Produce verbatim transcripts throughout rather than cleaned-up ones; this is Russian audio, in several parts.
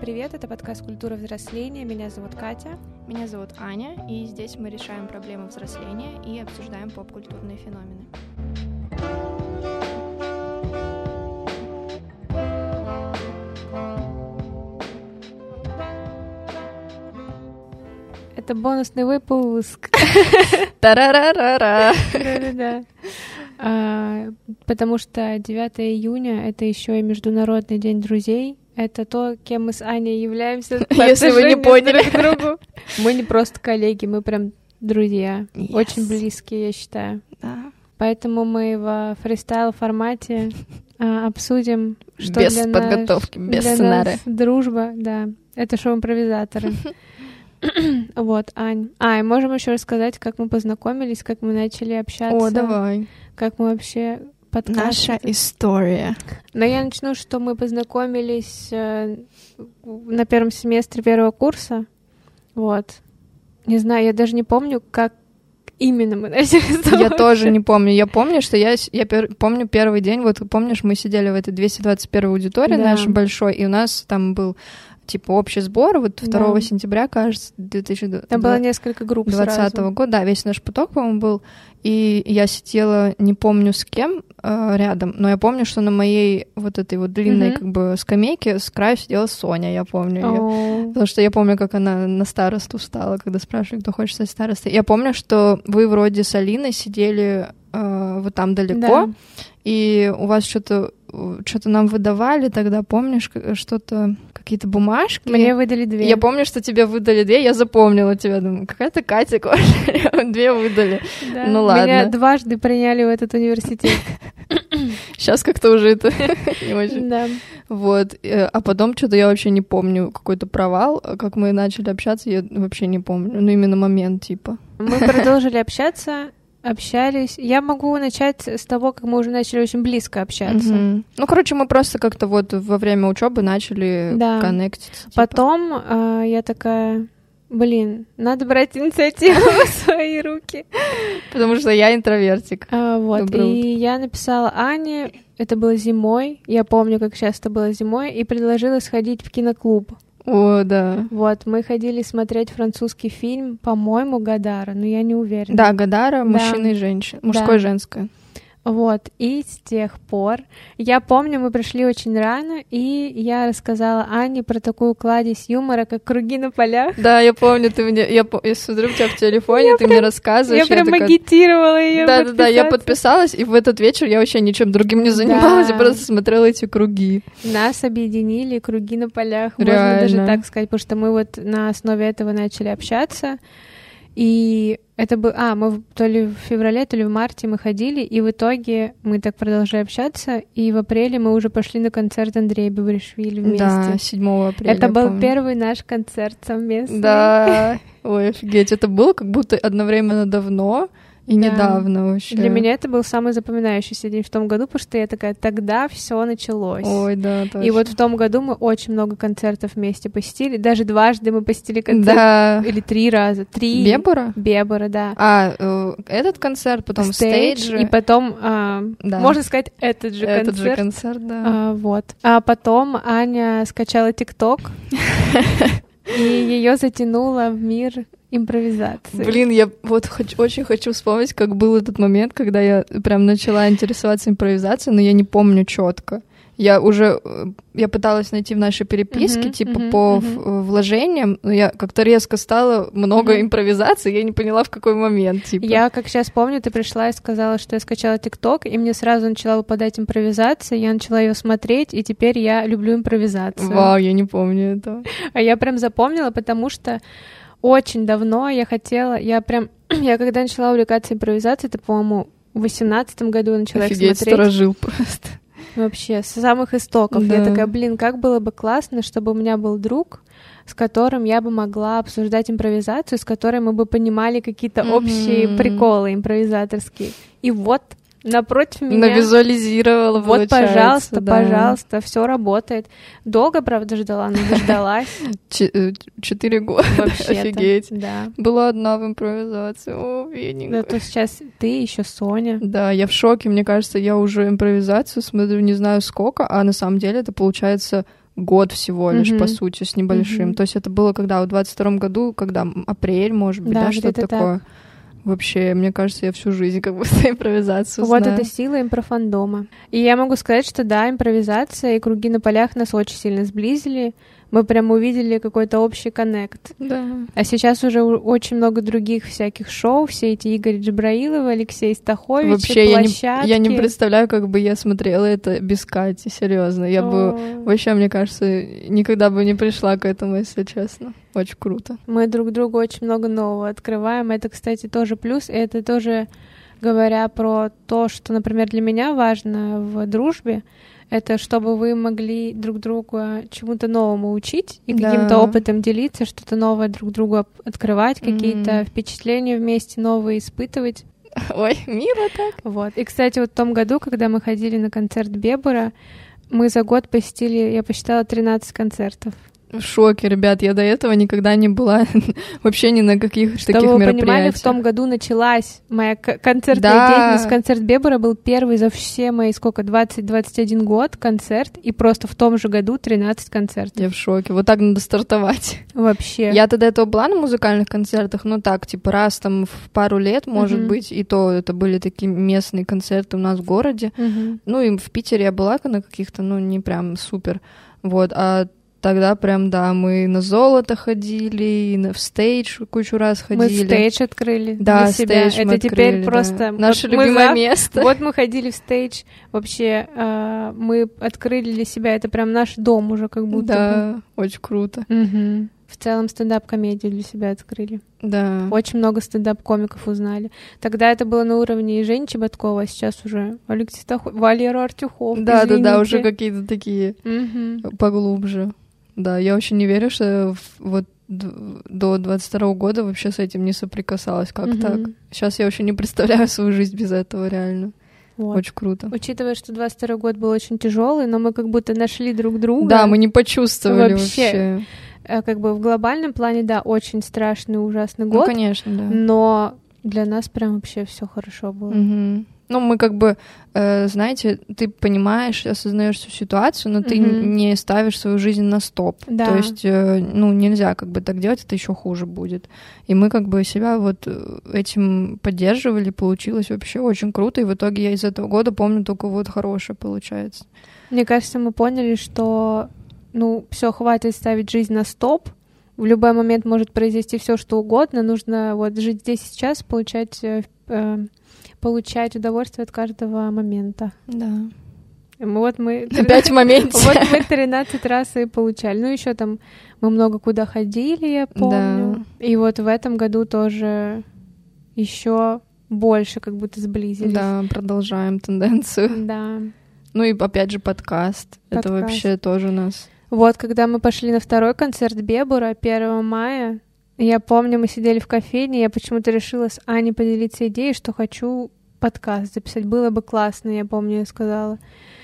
привет, это подкаст «Культура взросления», меня зовут Катя. Меня зовут Аня, и здесь мы решаем проблемы взросления и обсуждаем поп-культурные феномены. Это бонусный выпуск. Тарарарара. Да-да-да. А, потому что девятого июня — это еще и Международный день друзей. Это то, кем мы с Аней являемся. Если вы не поняли. Друг другу. Мы не просто коллеги, мы прям друзья. Yes. Очень близкие, я считаю. Да. Поэтому мы в фристайл-формате а, обсудим, что без для подготовки, нас, без для сценария. Нас дружба, да. Это шоу импровизаторы. Вот, Ань. А, и можем еще рассказать, как мы познакомились, как мы начали общаться. О, давай. Как мы вообще подкаст. Наша история. Но я начну, что мы познакомились э, на первом семестре первого курса. Вот. Не знаю, я даже не помню, как именно мы начали с тобой. Я тоже не помню. Я помню, что я, я пер, помню первый день. Вот помнишь, мы сидели в этой двести двадцать первой аудитории, да, нашей большой, и у нас там был типа общий сбор, вот второго да. сентября, кажется, две тысячи двадцатого Там было несколько групп двадцатого года, да, весь наш поток, по-моему, был, и я сидела, не помню с кем, э, рядом, но я помню, что на моей вот этой вот длинной mm-hmm. как бы скамейке с краю сидела Соня, я помню oh. ее, потому что я помню, как она на старосту встала, когда спрашивали, кто хочет стать старостой. Я помню, что вы вроде с Алиной сидели э, вот там далеко, да. и у вас что-то что-то нам выдавали тогда, помнишь, что-то, какие-то бумажки? Мне выдали две. Я помню, что тебе выдали две, я запомнила тебя, думаю, какая-то Катя, две выдали. Да. Ну ладно. Меня дважды приняли в этот университет. Сейчас как-то уже это не очень. Да. Вот, а потом что-то я вообще не помню, какой-то провал, как мы начали общаться, я вообще не помню, ну именно момент типа. Мы продолжили общаться, общались. Я могу начать с того, как мы уже начали очень близко общаться. Mm-hmm. Ну, короче, мы просто как-то вот во время учебы начали да. коннектиться. Типа. Потом э, я такая, блин, надо брать инициативу в свои руки. Потому что я интровертик. А, вот, и я написала Ане, это было зимой, я помню, как сейчас это было зимой, и предложила сходить в киноклуб. О, да. Вот, мы ходили смотреть французский фильм, по-моему, Годара, но я не уверена. Да, Годара, да. мужчина и женщина, мужское и да. женское. Вот, и с тех пор, я помню, мы пришли очень рано, и я рассказала Ане про такую кладезь юмора, как «Круги на полях». Да, я помню, ты мне, я, я смотрю у тебя в телефоне, я ты прям, мне рассказываешь. Я прям такая... агитировала ее Да, да, да, я подписалась, и в этот вечер я вообще ничем другим не занималась, да. я просто смотрела эти круги. Нас объединили «Круги на полях», реально. Можно даже так сказать, потому что мы вот на основе этого начали общаться, и это был... А, мы то ли в феврале, то ли в марте мы ходили, и в итоге мы так продолжали общаться, и в апреле мы уже пошли на концерт Андрея Бебришвили вместе. Да, седьмого апреля, это был помню. Первый наш концерт совместный. Да, ой, офигеть, это было как будто одновременно давно и да. недавно вообще. Для меня это был самый запоминающийся день в том году, потому что я такая, тогда все началось. Ой, да, точно. И вот в том году мы очень много концертов вместе посетили, даже дважды мы посетили концерт, да. или три раза, три. Бебора? Бебора, да. А, э, этот концерт, потом стейдж. И потом, а, да. можно сказать, этот же этот концерт. Этот же концерт, да. А, вот. А потом Аня скачала ТикТок, и ее затянуло в мир импровизации. Блин, я вот хочу, очень хочу вспомнить, как был этот момент, когда я прям начала интересоваться импровизацией, но я не помню четко. Я уже, я пыталась найти в нашей переписке, uh-huh, типа, uh-huh, по uh-huh. вложениям, но я как-то резко стала много uh-huh. импровизации, я не поняла, в какой момент, типа. Я, как сейчас помню, ты пришла и сказала, что я скачала ТикТок, и мне сразу начала выпадать импровизация, я начала ее смотреть, и теперь я люблю импровизацию. Вау, я не помню этого. А я прям запомнила, потому что очень давно я хотела, я прям, я когда начала увлекаться импровизацией, это, по-моему, в восемнадцатом году начала Офигеть, их смотреть. сторожил просто. Вообще, с самых истоков. Да. Я такая, блин, как было бы классно, чтобы у меня был друг, с которым я бы могла обсуждать импровизацию, с которой мы бы понимали какие-то mm-hmm. общие приколы импровизаторские. И вот напротив меня... Навизуализировала, вот, пожалуйста, да. пожалуйста, все работает. Долго, правда, ждала, но дождалась. Четыре года, офигеть. Да. Была одна в импровизации, о, бедненькая. Зато сейчас ты, еще Соня. Да, я в шоке, мне кажется, я уже импровизацию смотрю не знаю сколько, а на самом деле это получается год всего лишь, Мгм. по сути, с небольшим. Мгм. То есть это было когда? В двадцать втором году, когда апрель, может быть, Да, да, что-то где-то такое. так. Вообще, мне кажется, я всю жизнь как будто импровизацию Вот знаю. это сила импрофандома. И я могу сказать, что да, импровизация и круги на полях нас очень сильно сблизили. Мы прям увидели какой-то общий коннект. Да. А сейчас уже у- очень много других всяких шоу, все эти Игорь Джабраилов, Алексей Стахович, Вообще, я не, площадки. я не представляю, как бы я смотрела это без Кати, серьезно. Я бы О. вообще, мне кажется, никогда бы не пришла к этому, если честно. Очень круто. Мы друг другу очень много нового открываем. Это, кстати, тоже плюс. И это тоже, говоря про то, что, например, для меня важно в дружбе, это чтобы вы могли друг друга чему-то новому учить и Да. каким-то опытом делиться, что-то новое друг другу оп- открывать, какие-то Мгм. впечатления вместе новые испытывать. Ой, мило так. Вот. И, кстати, вот в том году, когда мы ходили на концерт Бебура, мы за год посетили, я посчитала, тринадцать концертов. В шоке, ребят. Я до этого никогда не была вообще ни на каких Чтобы таких вы мероприятиях. понимали, в том году началась моя к- концертная Да. деятельность. Концерт Бебура был первый за все мои, сколько, двадцать-двадцать один год концерт, и просто в том же году тринадцать концертов. Я в шоке. Вот так надо стартовать. Вообще. Я тогда этого была на музыкальных концертах, ну так, типа раз там в пару лет, может Мгм. быть, и то это были такие местные концерты у нас в городе. Мгм. Ну и в Питере я была на каких-то, ну не прям супер. Вот, а тогда прям, да, мы на золото ходили, и на, в стейдж кучу раз Мы ходили. стейдж открыли Да, для себя. стейдж мы Это теперь открыли, да. просто... Наше вот мы любимое зав- место. Вот мы ходили в стейдж. Вообще, э, мы открыли для себя. Это прям наш дом уже как будто Да, очень круто. бы. Мгм. В целом стендап-комедию для себя открыли. Да. Очень много стендап-комиков узнали. Тогда это было на уровне и Жени Чеботкова, а сейчас уже Алексей Стахов, Валера Артюхов. Да, да, да, извините. уже какие-то такие Мгм. поглубже. Да, я очень не верю, что в- вот д- до двадцать второго года вообще с этим не соприкасалась. Как Мгм. так? Сейчас я вообще не представляю свою жизнь без этого, реально. Вот. Очень круто. Учитывая, что двадцать второй год был очень тяжелый, но мы как будто нашли друг друга. Да, мы не почувствовали Вообще. вообще. Э, Как бы в глобальном плане, да, очень страшный, ужасный Ну, год, конечно, да. но для нас прям вообще все хорошо было. Мгм. Ну, мы как бы, э, знаете, ты понимаешь, осознаешь всю ситуацию, но ты Мгм. не ставишь свою жизнь на стоп. Да. То есть, э, ну, нельзя как бы так делать, это еще хуже будет. И мы как бы себя вот э, этим поддерживали, получилось вообще очень круто, и в итоге я из этого года помню только вот хорошее получается. Мне кажется, мы поняли, что, ну, все, хватит ставить жизнь на стоп. В любой момент может произойти все, что угодно. Нужно вот жить здесь и сейчас, получать, э, э, получать удовольствие от каждого момента. Да. Мы- Вот мы... Опять в моменте. Вот мы тринадцать раз и получали. Ну, еще там мы много куда ходили, я помню. И вот в этом году тоже еще больше как будто сблизились. Да, продолжаем тенденцию. Да. Ну и опять же подкаст. Это Подкаст. вообще тоже у нас. Вот, когда мы пошли на второй концерт Бебура первого мая, я помню, мы сидели в кофейне, я почему-то решила с Аней поделиться идеей, что хочу подкаст записать. Было бы классно, я помню, я сказала.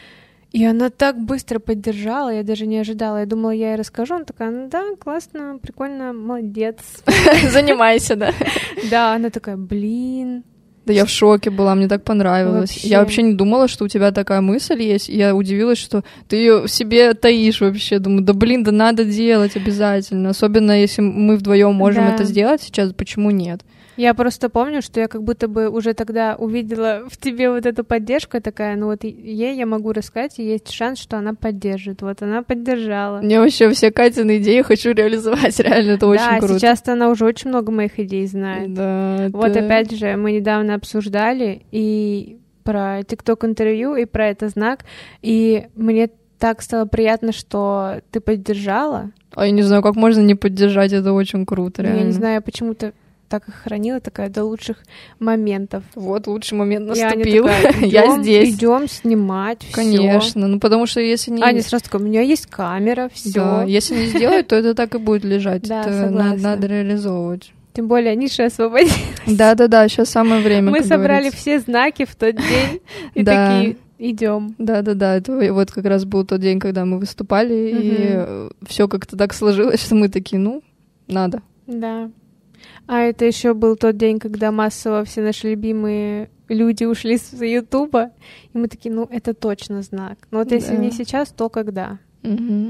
И она так быстро поддержала, я даже не ожидала. Я думала, я ей расскажу. Она такая, ну да, классно, прикольно, молодец. Занимайся, да. Да, она такая, блин. Да я в шоке была, мне так понравилось. Вообще. Я вообще не думала, что у тебя такая мысль есть. Я удивилась, что ты ее в себе таишь вообще. Думаю, да блин, да надо делать обязательно. Особенно если мы вдвоем можем Да. это сделать сейчас, почему нет? Я просто помню, что я как будто бы уже тогда увидела в тебе вот эту поддержку, я такая, ну вот ей я могу рассказать, и есть шанс, что она поддержит. Вот она поддержала. Мне вообще все Катины идеи хочу реализовать, реально, это очень да, круто. сейчас-то она уже очень много моих идей знает. Да, Вот это- опять же, мы недавно обсуждали и про ТикТок-интервью, и про это знак, и мне так стало приятно, что ты поддержала. А я не знаю, как можно не поддержать, это очень круто, Но реально. Я не знаю, почему-то так их хранила, такая до лучших моментов. Вот лучший момент И Аня наступил. такая, Я «Идём- здесь. Идем снимать, всё». Конечно, ну потому что если не... Аня сразу такая, у меня есть камера, все. Да, если не сделать, то это так и будет лежать. Да, Это на- согласна. надо реализовывать. Тем более ниша освободилась. Да-да-да, сейчас самое время, Мы как собрали говорится. все знаки в тот день и Да. такие, идем. Да-да-да, это вот как раз был тот день, когда мы выступали, и все как-то так сложилось, что мы такие, ну, надо. Да. А это еще был тот день, когда массово все наши любимые люди ушли с Ютуба, и мы такие, ну, это точно знак. Но вот если Да. не сейчас, то когда? Мгм.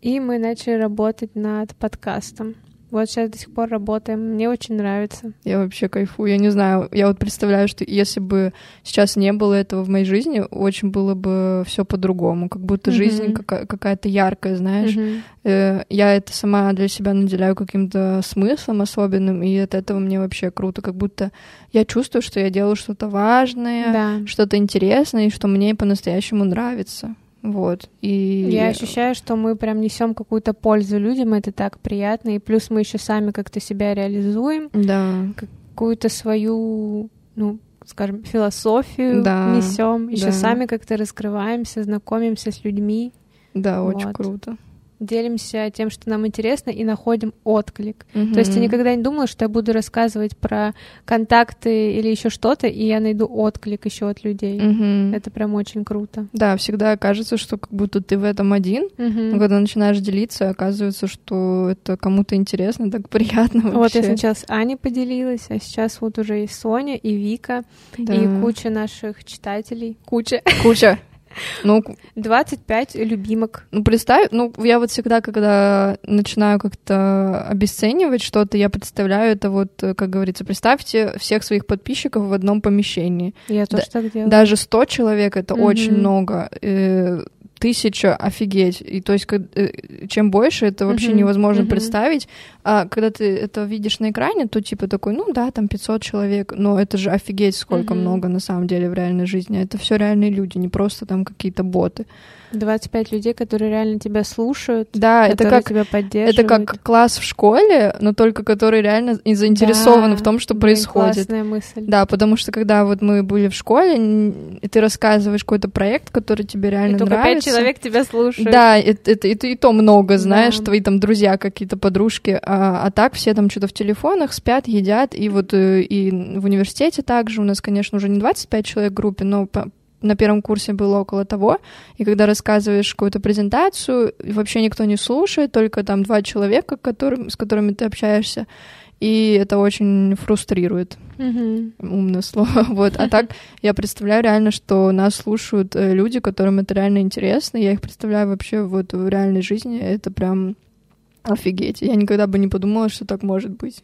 и мы начали работать над подкастом. Вот сейчас до сих пор работаем. Мне очень нравится. Я вообще кайфую. Я не знаю, я вот представляю, что если бы сейчас не было этого в моей жизни, очень было бы все по-другому. Как будто mm-hmm. жизнь какая- какая-то яркая, знаешь. Mm-hmm. Я это сама для себя наделяю каким-то смыслом особенным, и от этого мне вообще круто. Как будто я чувствую, что я делаю что-то важное, да. что-то интересное, и что мне по-настоящему нравится. Вот. И я ощущаю, что мы прям несем какую-то пользу людям, это так приятно, и плюс мы еще сами как-то себя реализуем, да. какую-то свою, ну, скажем, философию да. несем, еще да. сами как-то раскрываемся, знакомимся с людьми. Да, вот. очень круто. Делимся тем, что нам интересно, и находим отклик. Mm-hmm. То есть я никогда не думала, что я буду рассказывать про контакты или еще что-то, и я найду отклик еще от людей. Mm-hmm. Это прям очень круто. Да, всегда кажется, что как будто ты в этом один, mm-hmm. но когда начинаешь делиться, оказывается, что это кому-то интересно, так приятно вообще. Вот я сначала с Аней поделилась, а сейчас вот уже и Соня, и Вика, да. и куча наших читателей. Куча. Куча. Ну, двадцать пять любимок. Ну, представь, ну, я вот всегда, когда начинаю как-то обесценивать что-то, я представляю это вот, как говорится, представьте всех своих подписчиков в одном помещении. Я тоже да, так делаю. Даже сто человек — это mm-hmm. очень много. Тысяча — офигеть. И то есть, чем больше, это вообще mm-hmm. невозможно mm-hmm. представить. А когда ты это видишь на экране, то типа такой, ну да, там пятьсот человек, но это же офигеть, сколько mm-hmm. много на самом деле в реальной жизни. Это все реальные люди, не просто там какие-то боты. двадцать пять людей, которые реально тебя слушают, да, которые это как, тебя поддерживают. Это как класс в школе, но только который реально заинтересован да, в том, что блин, происходит. Классная мысль. Да, потому что когда вот мы были в школе, и ты рассказываешь какой-то проект, который тебе реально и только нравится. пять человек тебя слушают. Да, это, это, это и то много, знаешь, да. твои там друзья, какие-то подружки, а, а так все там что-то в телефонах спят, едят, и вот и в университете также у нас, конечно, уже не двадцать пять человек в группе, но по на первом курсе было около того, и когда рассказываешь какую-то презентацию, вообще никто не слушает, только там два человека, которым, с которыми ты общаешься, и это очень фрустрирует. Mm-hmm. Умное слово. Вот. А так я представляю реально, что нас слушают люди, которым это реально интересно, я их представляю вообще вот в реальной жизни, это прям офигеть. Я никогда бы не подумала, что так может быть.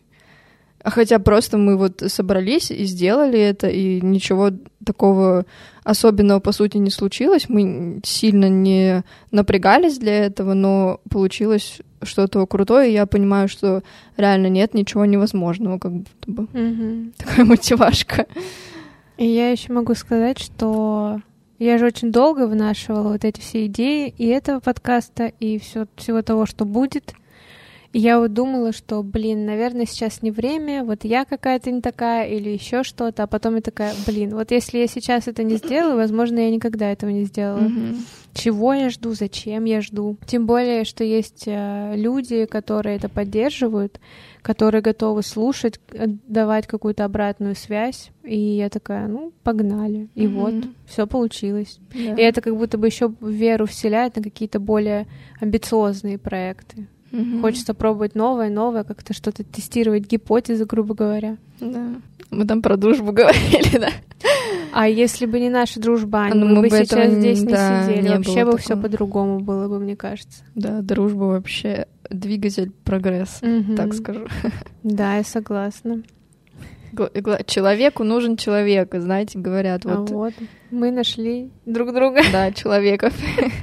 Хотя просто мы вот собрались и сделали это, и ничего такого особенного, по сути, не случилось. Мы сильно не напрягались для этого, но получилось что-то крутое, и я понимаю, что реально нет ничего невозможного, как будто бы. Mm-hmm. Такая мотивашка. И я еще могу сказать, что я же очень долго вынашивала вот эти все идеи и этого подкаста, и всё, всего того, что будет. И я вот думала, что, блин, наверное, сейчас не время, вот я какая-то не такая или еще что-то, а потом я такая, блин, вот если я сейчас это не сделаю, возможно, я никогда этого не сделала. Mm-hmm. Чего я жду, зачем я жду? Тем более, что есть э, люди, которые это поддерживают, которые готовы слушать, давать какую-то обратную связь, и я такая, ну, погнали. И mm-hmm. вот, все получилось. Yeah. И это как будто бы еще веру вселяет на какие-то более амбициозные проекты. Mm-hmm. Хочется пробовать новое, новое, как-то что-то тестировать, гипотезы, грубо говоря. Да. Мы там про дружбу говорили, да. А если бы не наша дружба, а, мы, мы бы сейчас этого, здесь да, не сидели. Не вообще бы такого. Все по-другому было бы, мне кажется. Да, дружба вообще двигатель прогресса, mm-hmm. так скажу. Да, я согласна. Человеку нужен человек, знаете, говорят. А вот. вот мы нашли друг друга. Да, человеков.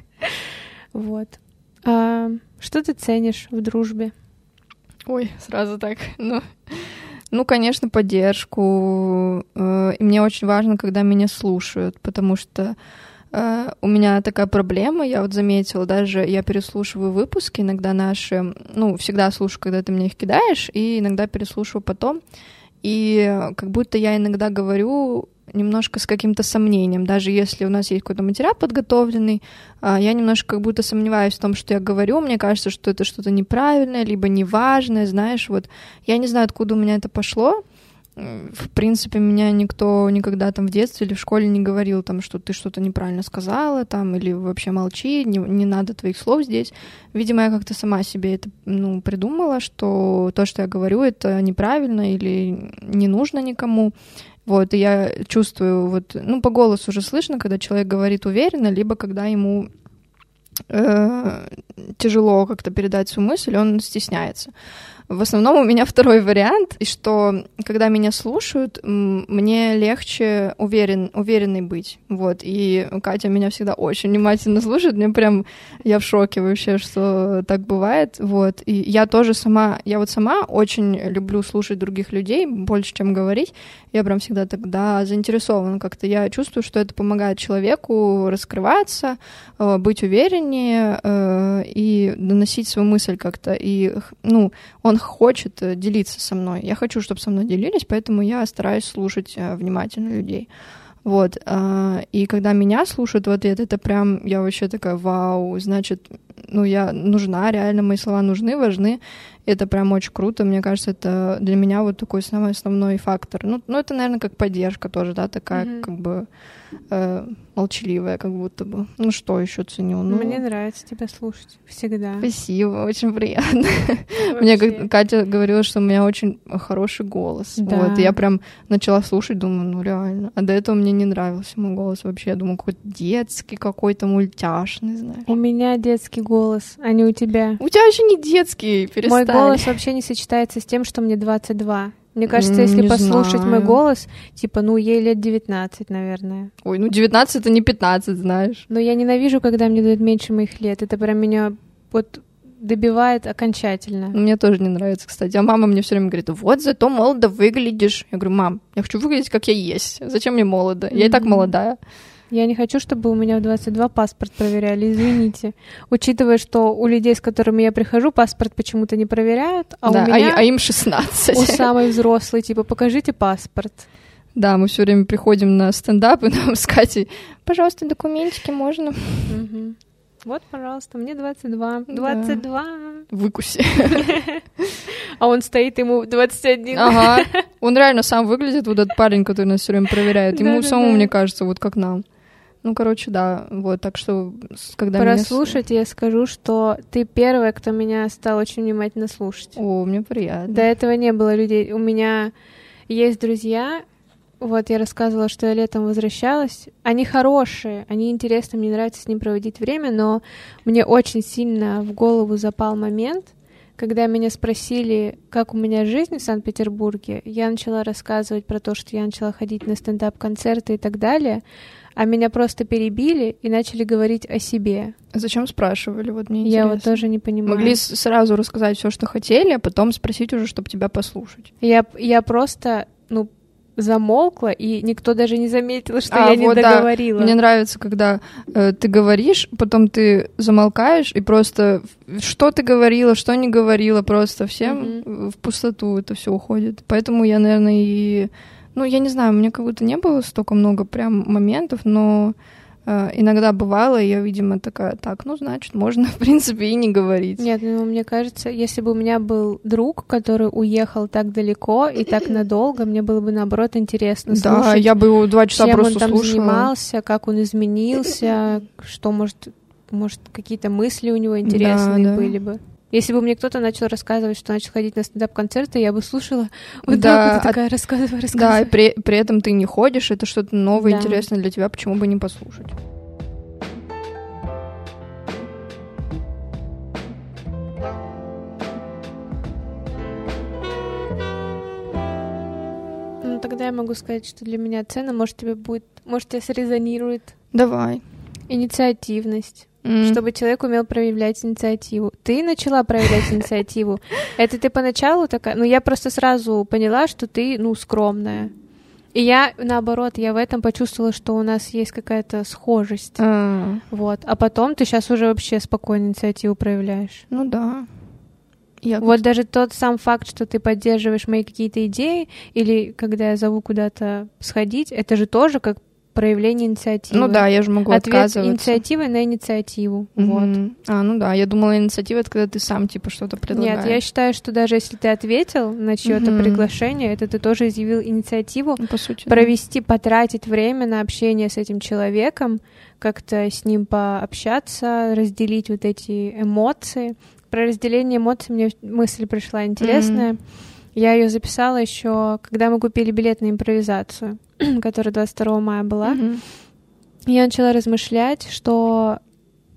Вот. А, что ты ценишь в дружбе? Ой, сразу так. Ну, ну конечно, поддержку. И мне очень важно, когда меня слушают, потому что э, у меня такая проблема, я вот заметила, даже я переслушиваю выпуски иногда наши, ну, всегда слушаю, когда ты мне их кидаешь, и иногда переслушиваю потом, и как будто я иногда говорю немножко с каким-то сомнением, даже если у нас есть какой-то материал подготовленный, я немножко как будто сомневаюсь в том, что я говорю, мне кажется, что это что-то неправильное, либо неважное, знаешь, вот я не знаю, откуда у меня это пошло. В принципе, меня никто никогда там в детстве или в школе не говорил, там, что ты что-то неправильно сказала, там, или вообще молчи, не, не надо твоих слов здесь. Видимо, я как-то сама себе это, ну, придумала, что то, что я говорю, это неправильно или не нужно никому. Вот, и я чувствую, вот, ну, по голосу уже слышно, когда человек говорит уверенно, либо когда ему э, тяжело как-то передать свою мысль, он стесняется. В основном у меня второй вариант, и что когда меня слушают, мне легче уверен, уверенной быть, вот, и Катя меня всегда очень внимательно слушает, мне прям, я в шоке вообще, что так бывает, вот, и я тоже сама, я вот сама очень люблю слушать других людей, больше, чем говорить, я прям всегда тогда заинтересована как-то, я чувствую, что это помогает человеку раскрываться, быть увереннее и доносить свою мысль как-то, и, ну, он хочет делиться со мной. Я хочу, чтобы со мной делились, поэтому я стараюсь слушать внимательно людей. Вот. И когда меня слушают в ответ, это прям, я вообще такая, вау, значит, ну, я нужна, реально мои слова нужны, важны. Это прям очень круто. Мне кажется, это для меня вот такой самый основной фактор. Ну, ну это, наверное, как поддержка тоже, да, такая, mm-hmm. как бы э, молчаливая, как будто бы. Ну, что еще ценю? Ну, мне нравится тебя слушать всегда. Спасибо, очень приятно. Мне как Катя говорила, что у меня очень хороший голос. Да. Вот, и я прям начала слушать, думаю, ну, реально. А до этого мне не нравился мой голос вообще. Я думаю, какой-то детский, какой-то мультяшный, знаешь. У меня детский голос, а не у тебя. У тебя вообще не детский, перестань. Мой голос вообще не сочетается с тем, что мне двадцать два. Мне кажется, если не послушать знаю. мой голос, типа, ну, ей лет девятнадцать, наверное. Ой, ну, девятнадцать — это не пятнадцать, знаешь. Но я ненавижу, когда мне дают меньше моих лет. Это прям меня вот добивает окончательно. Мне тоже не нравится, кстати. А мама мне все время говорит, вот зато молодо выглядишь. Я говорю, мам, я хочу выглядеть, как я есть. Зачем мне молодо? Я mm-hmm. и так молодая. Я не хочу, чтобы у меня в двадцать два паспорт проверяли, извините. Учитывая, что у людей, с которыми я прихожу, паспорт почему-то не проверяют, а да, у меня... А, а им шестнадцать. У самой взрослой, типа, покажите паспорт. Да, мы все время приходим на стендап, и нам с Катей, пожалуйста, документики можно? Угу. Вот, пожалуйста, мне двадцать два. двадцать два. Да. Выкуси. А он стоит, ему двадцать один. Ага. Он реально сам выглядит, вот этот парень, который нас все время проверяет. Ему самому, мне кажется, вот как нам. Ну, короче, да, вот, так что, когда Пора меня... слушать, я скажу, что ты первая, кто меня стал очень внимательно слушать. О, мне приятно. До этого не было людей. У меня есть друзья, вот, я рассказывала, что я летом возвращалась. Они хорошие, они интересны, мне нравится с ним проводить время, но мне очень сильно в голову запал момент, когда меня спросили, как у меня жизнь в Санкт-Петербурге. Я начала рассказывать про то, что я начала ходить на стендап-концерты и так далее, а меня просто перебили и начали говорить о себе. Зачем спрашивали? Вот мне интересно. Я вот тоже не понимаю. Могли сразу рассказать все, что хотели, а потом спросить уже, чтобы тебя послушать. Я, я просто, ну, замолкла, и никто даже не заметил, что а, я вот, не договорила. Да. Мне нравится, когда э, ты говоришь, потом ты замолкаешь, и просто что ты говорила, что не говорила, просто всем mm-hmm. в пустоту это все уходит. Поэтому я, наверное, и... Ну, я не знаю, у меня как будто не было столько много прям моментов, но э, иногда бывало, и я, видимо, такая, так, ну, значит, можно, в принципе, и не говорить. Нет, ну, мне кажется, если бы у меня был друг, который уехал так далеко и так надолго, мне было бы, наоборот, интересно слушать. Да, я бы его два часа чем просто он там слушала. занимался, как он изменился, что, может, может, какие-то мысли у него интересные да, да. были бы. Если бы мне кто-то начал рассказывать, что начал ходить на стендап-концерты, я бы слушала вот да, так вот, такая, рассказывай, рассказывай. Да, и при, при этом ты не ходишь, это что-то новое, да. интересное для тебя, почему бы не послушать? Ну, тогда я могу сказать, что для меня ценно, может, тебе будет, может, тебе срезонирует. Давай. Инициативность. Чтобы человек умел проявлять инициативу. Ты начала проявлять инициативу. Это ты поначалу такая... Ну, я просто сразу поняла, что ты, ну, скромная. И я, наоборот, я в этом почувствовала, что у нас есть какая-то схожесть. А. Вот. А потом ты сейчас уже вообще спокойно инициативу проявляешь. Ну, да. Я вот даже тот сам факт, что ты поддерживаешь мои какие-то идеи, или когда я зову куда-то сходить, это же тоже как проявление инициативы. Ну да, я же могу Ответ отказываться. Инициативы на инициативу. Mm-hmm. Вот. А, ну да, я думала, инициатива — это когда ты сам типа что-то предлагаешь. Нет, я считаю, что даже если ты ответил на чьё-то mm-hmm. приглашение, это ты тоже изъявил инициативу ну, по сути, провести, да. потратить время на общение с этим человеком, как-то с ним пообщаться, разделить вот эти эмоции. Про разделение эмоций мне мысль пришла интересная. Mm-hmm. Я ее записала еще, когда мы купили билет на импровизацию, которая двадцать второго мая была. Mm-hmm. Я начала размышлять, что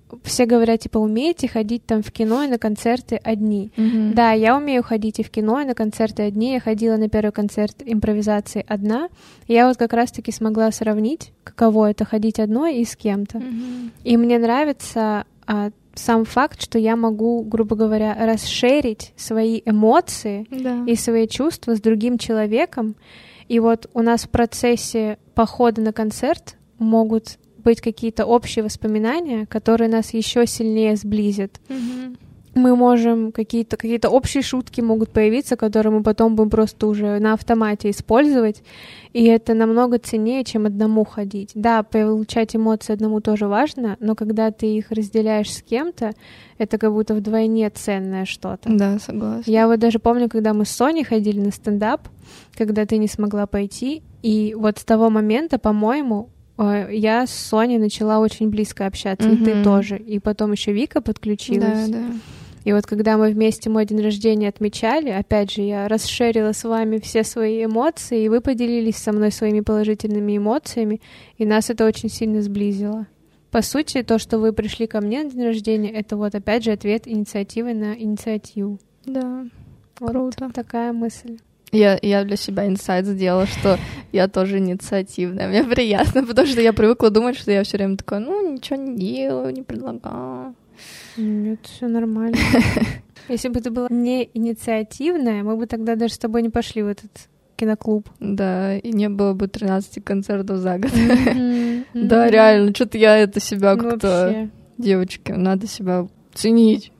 все говорят, типа, умеете ходить там в кино и на концерты одни. Mm-hmm. Да, я умею ходить и в кино, и на концерты одни. Я ходила на первый концерт импровизации одна. И я вот как раз-таки смогла сравнить, каково это ходить одной и с кем-то. Mm-hmm. И мне нравится а, сам факт, что я могу, грубо говоря, расширить свои эмоции да. и свои чувства с другим человеком. И вот у нас в процессе похода на концерт могут быть какие-то общие воспоминания, которые нас еще сильнее сблизят. Mm-hmm. Мы можем какие-то какие-то общие шутки могут появиться, которые мы потом будем просто уже на автомате использовать, и это намного ценнее, чем одному ходить. Да, получать эмоции одному тоже важно, но когда ты их разделяешь с кем-то, это как будто вдвойне ценное что-то. Да, согласна. Я вот даже помню, когда мы с Соней ходили на стендап, когда ты не смогла пойти, и вот с того момента, по-моему, я с Соней начала очень близко общаться, mm-hmm. и ты тоже. И потом еще Вика подключилась. Да, да. И вот когда мы вместе мой день рождения отмечали, опять же, я расширила с вами все свои эмоции, и вы поделились со мной своими положительными эмоциями, и нас это очень сильно сблизило. По сути, то, что вы пришли ко мне на день рождения, это вот опять же ответ инициативы на инициативу. Да, вот круто. Такая мысль. Я, я для себя инсайт сделала, что я тоже инициативная. Мне приятно, потому что я привыкла думать, что я все время такая, ну, ничего не делаю, не предлагаю. Нет, все нормально. Если бы ты была не инициативная, мы бы тогда даже с тобой не пошли в этот киноклуб. Да, и не было бы тринадцати концертов за год. Mm-hmm. Да, mm-hmm. реально, что-то я это себя ну, как-то... Вообще. Девочки, надо себя ценить.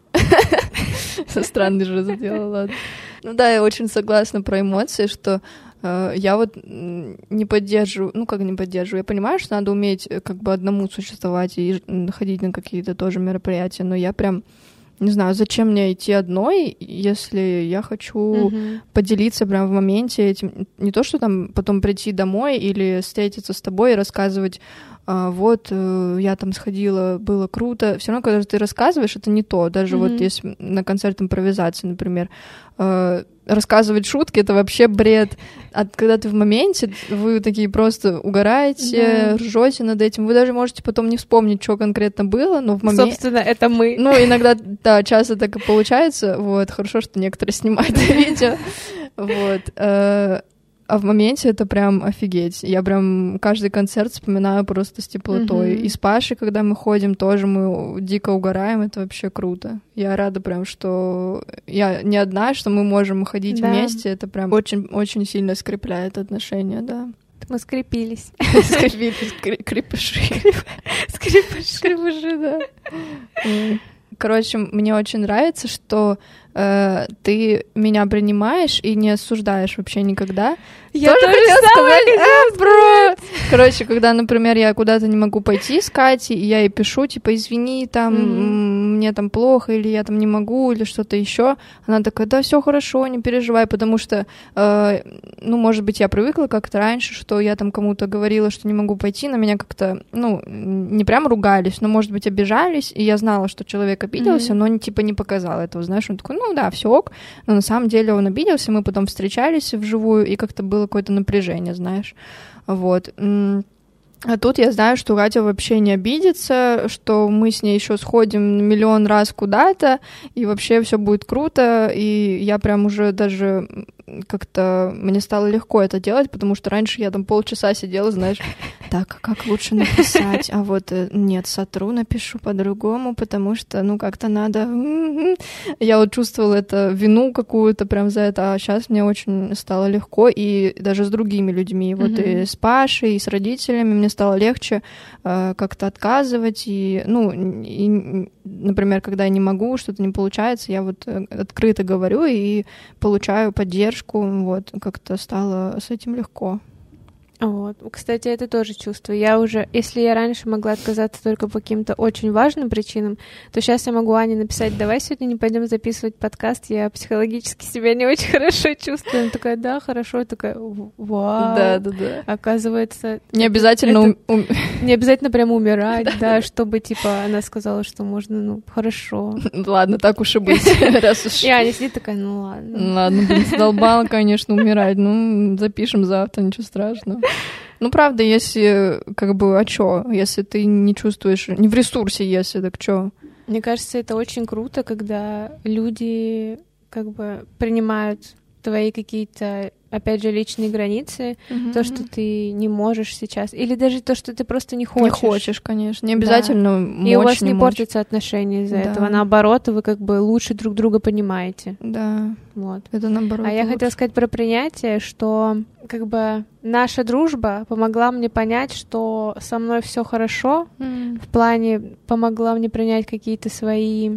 Странный же сделала, ладно. Ну да, я очень согласна про эмоции, что э, я вот не поддерживаю, ну как не поддерживаю, я понимаю, что надо уметь как бы одному существовать и ходить на какие-то тоже мероприятия, но я прям не знаю, зачем мне идти одной, если я хочу mm-hmm. поделиться прям в моменте этим, не то, что там потом прийти домой или встретиться с тобой и рассказывать, а, вот, э, я там сходила, было круто. Все равно, когда ты рассказываешь, это не то. Даже mm-hmm. вот если на концерт импровизации, например, э, рассказывать шутки — это вообще бред. А когда ты в моменте, вы такие просто угораете, yeah. ржете над этим. Вы даже можете потом не вспомнить, что конкретно было, но в моменте... Собственно, это мы. Ну, иногда, да, часто так и получается. Вот, хорошо, что некоторые снимают видео. Вот. А в моменте это прям офигеть. Я прям каждый концерт вспоминаю просто с теплотой. Mm-hmm. И с Пашей, когда мы ходим, тоже мы дико угораем. Это вообще круто. Я рада прям, что я не одна, что мы можем ходить да. вместе. Это прям очень-очень сильно скрепляет отношения, да. Мы скрепились. Скрепились, крепыши. Скрепыши. Скрепыши, да. Короче, мне очень нравится, что э, ты меня принимаешь и не осуждаешь вообще никогда. Я тоже, тоже хотела сказать, а, бро! Короче, когда, например, я куда-то не могу пойти с Катей, и я ей пишу, типа, извини, там, mm-hmm. мне там плохо, или я там не могу, или что-то еще, она такая, да, все хорошо, не переживай, потому что, э, ну, может быть, я привыкла как-то раньше, что я там кому-то говорила, что не могу пойти, на меня как-то, ну, не прям ругались, но, может быть, обижались, и я знала, что человек обиделся, mm-hmm. но, типа, не показал этого, знаешь, он такой, ну, да, все ок, но на самом деле он обиделся, мы потом встречались вживую, и как-то было какое-то напряжение, знаешь, вот. А тут я знаю, что Катя вообще не обидится, что мы с ней еще сходим миллион раз куда-то, и вообще все будет круто, и я прям уже даже как-то... Мне стало легко это делать, потому что раньше я там полчаса сидела, знаешь, так, как лучше написать? А вот нет, сотру, напишу по-другому, потому что, ну, как-то надо... Я вот чувствовала это вину какую-то прям за это, а сейчас мне очень стало легко, и даже с другими людьми, вот mm-hmm. и с Пашей, и с родителями мне стало легче э, как-то отказывать, и, ну, и, например, когда я не могу, что-то не получается, я вот открыто говорю и получаю поддержку, вот, как-то стало с этим легко. Вот. Кстати, это тоже чувство. Я уже, если я раньше могла отказаться только по каким-то очень важным причинам, то сейчас я могу Ане написать, давай сегодня не пойдем записывать подкаст, я психологически себя не очень хорошо чувствую. Она такая, да, хорошо, такая, вау. Да, да, да. Оказывается... Не обязательно... Это, ум... Не обязательно прямо умирать, да, чтобы, типа, она сказала, что можно, ну, хорошо. Ладно, так уж и быть. И Аня сидит такая, ну ладно. Ладно, блин, задолбала, конечно, умирать. Ну, запишем завтра, ничего страшного. Ну, правда, если, как бы, а чё? Если ты не чувствуешь, не в ресурсе, если, так чё? Мне кажется, это очень круто, когда люди, как бы, принимают твои какие-то, опять же, личные границы, mm-hmm. то, что ты не можешь сейчас, или даже то, что ты просто не хочешь. Не хочешь, конечно. Не обязательно да. мочь, и у вас не, не портятся отношения из-за да. этого. Наоборот, вы как бы лучше друг друга понимаете. Да. Вот. Это наоборот. А я лучше. хотела сказать про принятие, что как бы наша дружба помогла мне понять, что со мной все хорошо, mm. в плане помогла мне принять какие-то свои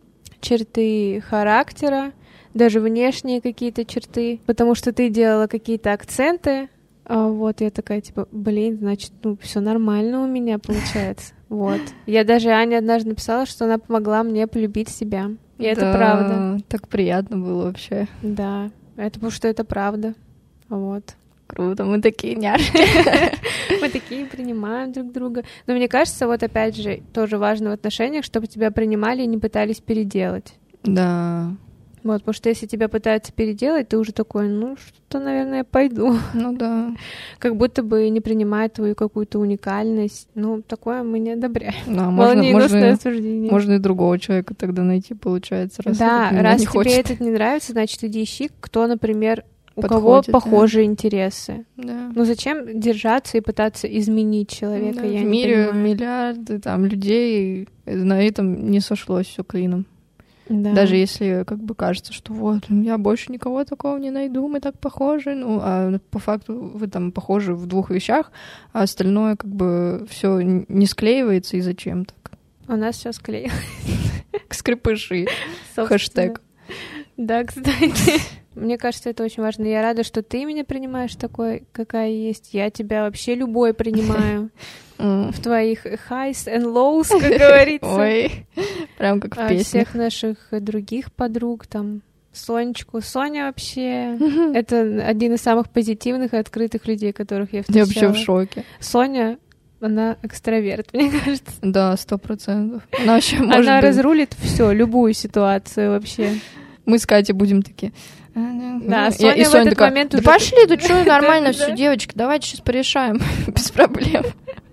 черты характера, даже внешние какие-то черты, потому что ты делала какие-то акценты, а вот я такая, типа, блин, значит, ну, все нормально у меня получается. Вот. Я даже Ане однажды написала, что она помогла мне полюбить себя. И да, это правда. Так приятно было вообще. Да, это потому что это правда. Вот. Круто, мы такие няшки. Мы такие принимаем друг друга. Но мне кажется, вот опять же, тоже важно в отношениях, чтобы тебя принимали и не пытались переделать. Да. Вот, потому что если тебя пытаются переделать, ты уже такой, ну, что, наверное, я пойду. Ну да. Как будто бы не принимает твою какую-то уникальность. Ну, такое мы не одобряем. Да, можно, можно, осуждение. Можно и другого человека тогда найти, получается. Раз да, раз не тебе хочет. этот не нравится, значит, иди ищи, кто, например, у Подходит, кого похожие да. интересы. Да. Ну зачем держаться и пытаться изменить человека? Да, я в не мире понимаю. Миллиарды там людей, на этом не сошлось все клином. Да. Даже если как бы кажется, что вот, я больше никого такого не найду, мы так похожи, ну, а по факту вы там похожи в двух вещах, а остальное как бы все не склеивается, и зачем так? У нас все склеилось. Скрепыши. Хэштег. Да, кстати. Мне кажется, это очень важно. Я рада, что ты меня принимаешь такой, какая есть. Я тебя вообще любой принимаю. В твоих highs and lows, как говорится. Ой, прям как в песне. Всех наших других подруг, там, Сонечку. Соня вообще, это один из самых позитивных и открытых людей, которых я встречала. Я вообще в шоке. Соня, она экстраверт, мне кажется. Да, сто процентов. Она вообще может Она быть... разрулит все, любую ситуацию вообще. Мы с Катей будем такие... Да, Соня и Соня в этот такая, момент да уже... пошли, да что, нормально все, девочки, давайте сейчас порешаем, без проблем.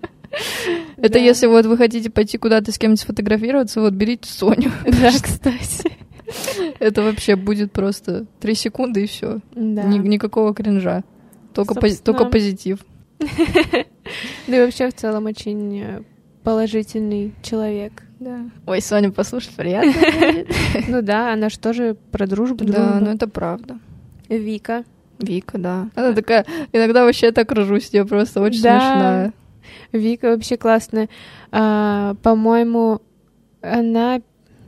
Это если вот вы хотите пойти куда-то с кем-нибудь сфотографироваться, вот берите Соню. Да, кстати. Это вообще будет просто три секунды и все. Никакого кринжа. Только позитив. Да и вообще в целом очень положительный человек. Да. Ой, Соня, послушай, приятно. Ну да, она же тоже про дружбу. Да, ну это правда. Вика. Вика, да. Она такая, иногда вообще я так ржусь с нее, просто очень смешная. Вика вообще классная. А, по-моему, она...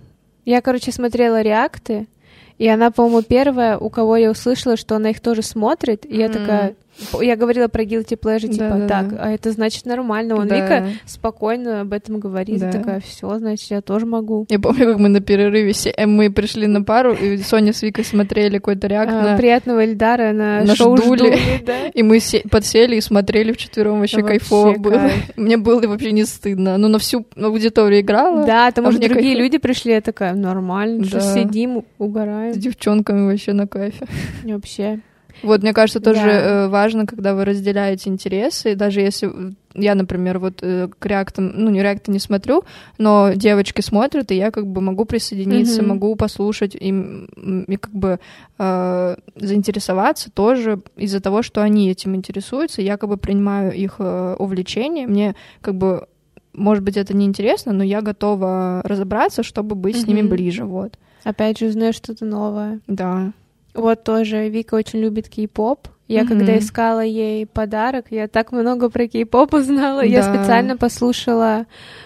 Я, короче, смотрела реакты, и она, по-моему, первая, у кого я услышала, что она их тоже смотрит, и я mm. такая... Я говорила про guilty pleasure, типа, да, да, так, да. а это значит нормально. Он, да. Вика спокойно об этом говорит, да. такая, все, значит, я тоже могу. Я помню, как мы на перерыве, мы пришли на пару, и Соня с Викой смотрели какой-то реакт а, на... Приятного Ильдара на, на шоу Ждули, Ждули да? И мы се- подсели и смотрели вчетвером, вообще, вообще кайфово было. Кайф. Мне было вообще не стдно. Ну, на всю аудиторию играла. Да, там а уже другие кайфово. Люди пришли, я такая, нормально, да. что сидим, угораем. С девчонками вообще на кайфе. Вообще. Вот, мне кажется, тоже да. важно, когда вы разделяете интересы, даже если я, например, вот к реактам, ну, не реакты не смотрю, но девочки смотрят, и я как бы могу присоединиться, mm-hmm. могу послушать и, и как бы э, заинтересоваться тоже из-за того, что они этим интересуются, я как бы принимаю их э, увлечение, мне как бы, может быть, это неинтересно, но я готова разобраться, чтобы быть mm-hmm. с ними ближе, вот. Опять же, узнаешь что-то новое. Да. Вот тоже Вика очень любит кей-поп. Я mm-hmm. когда искала ей подарок, я так много про кей-поп узнала. Да. Я специально послушала,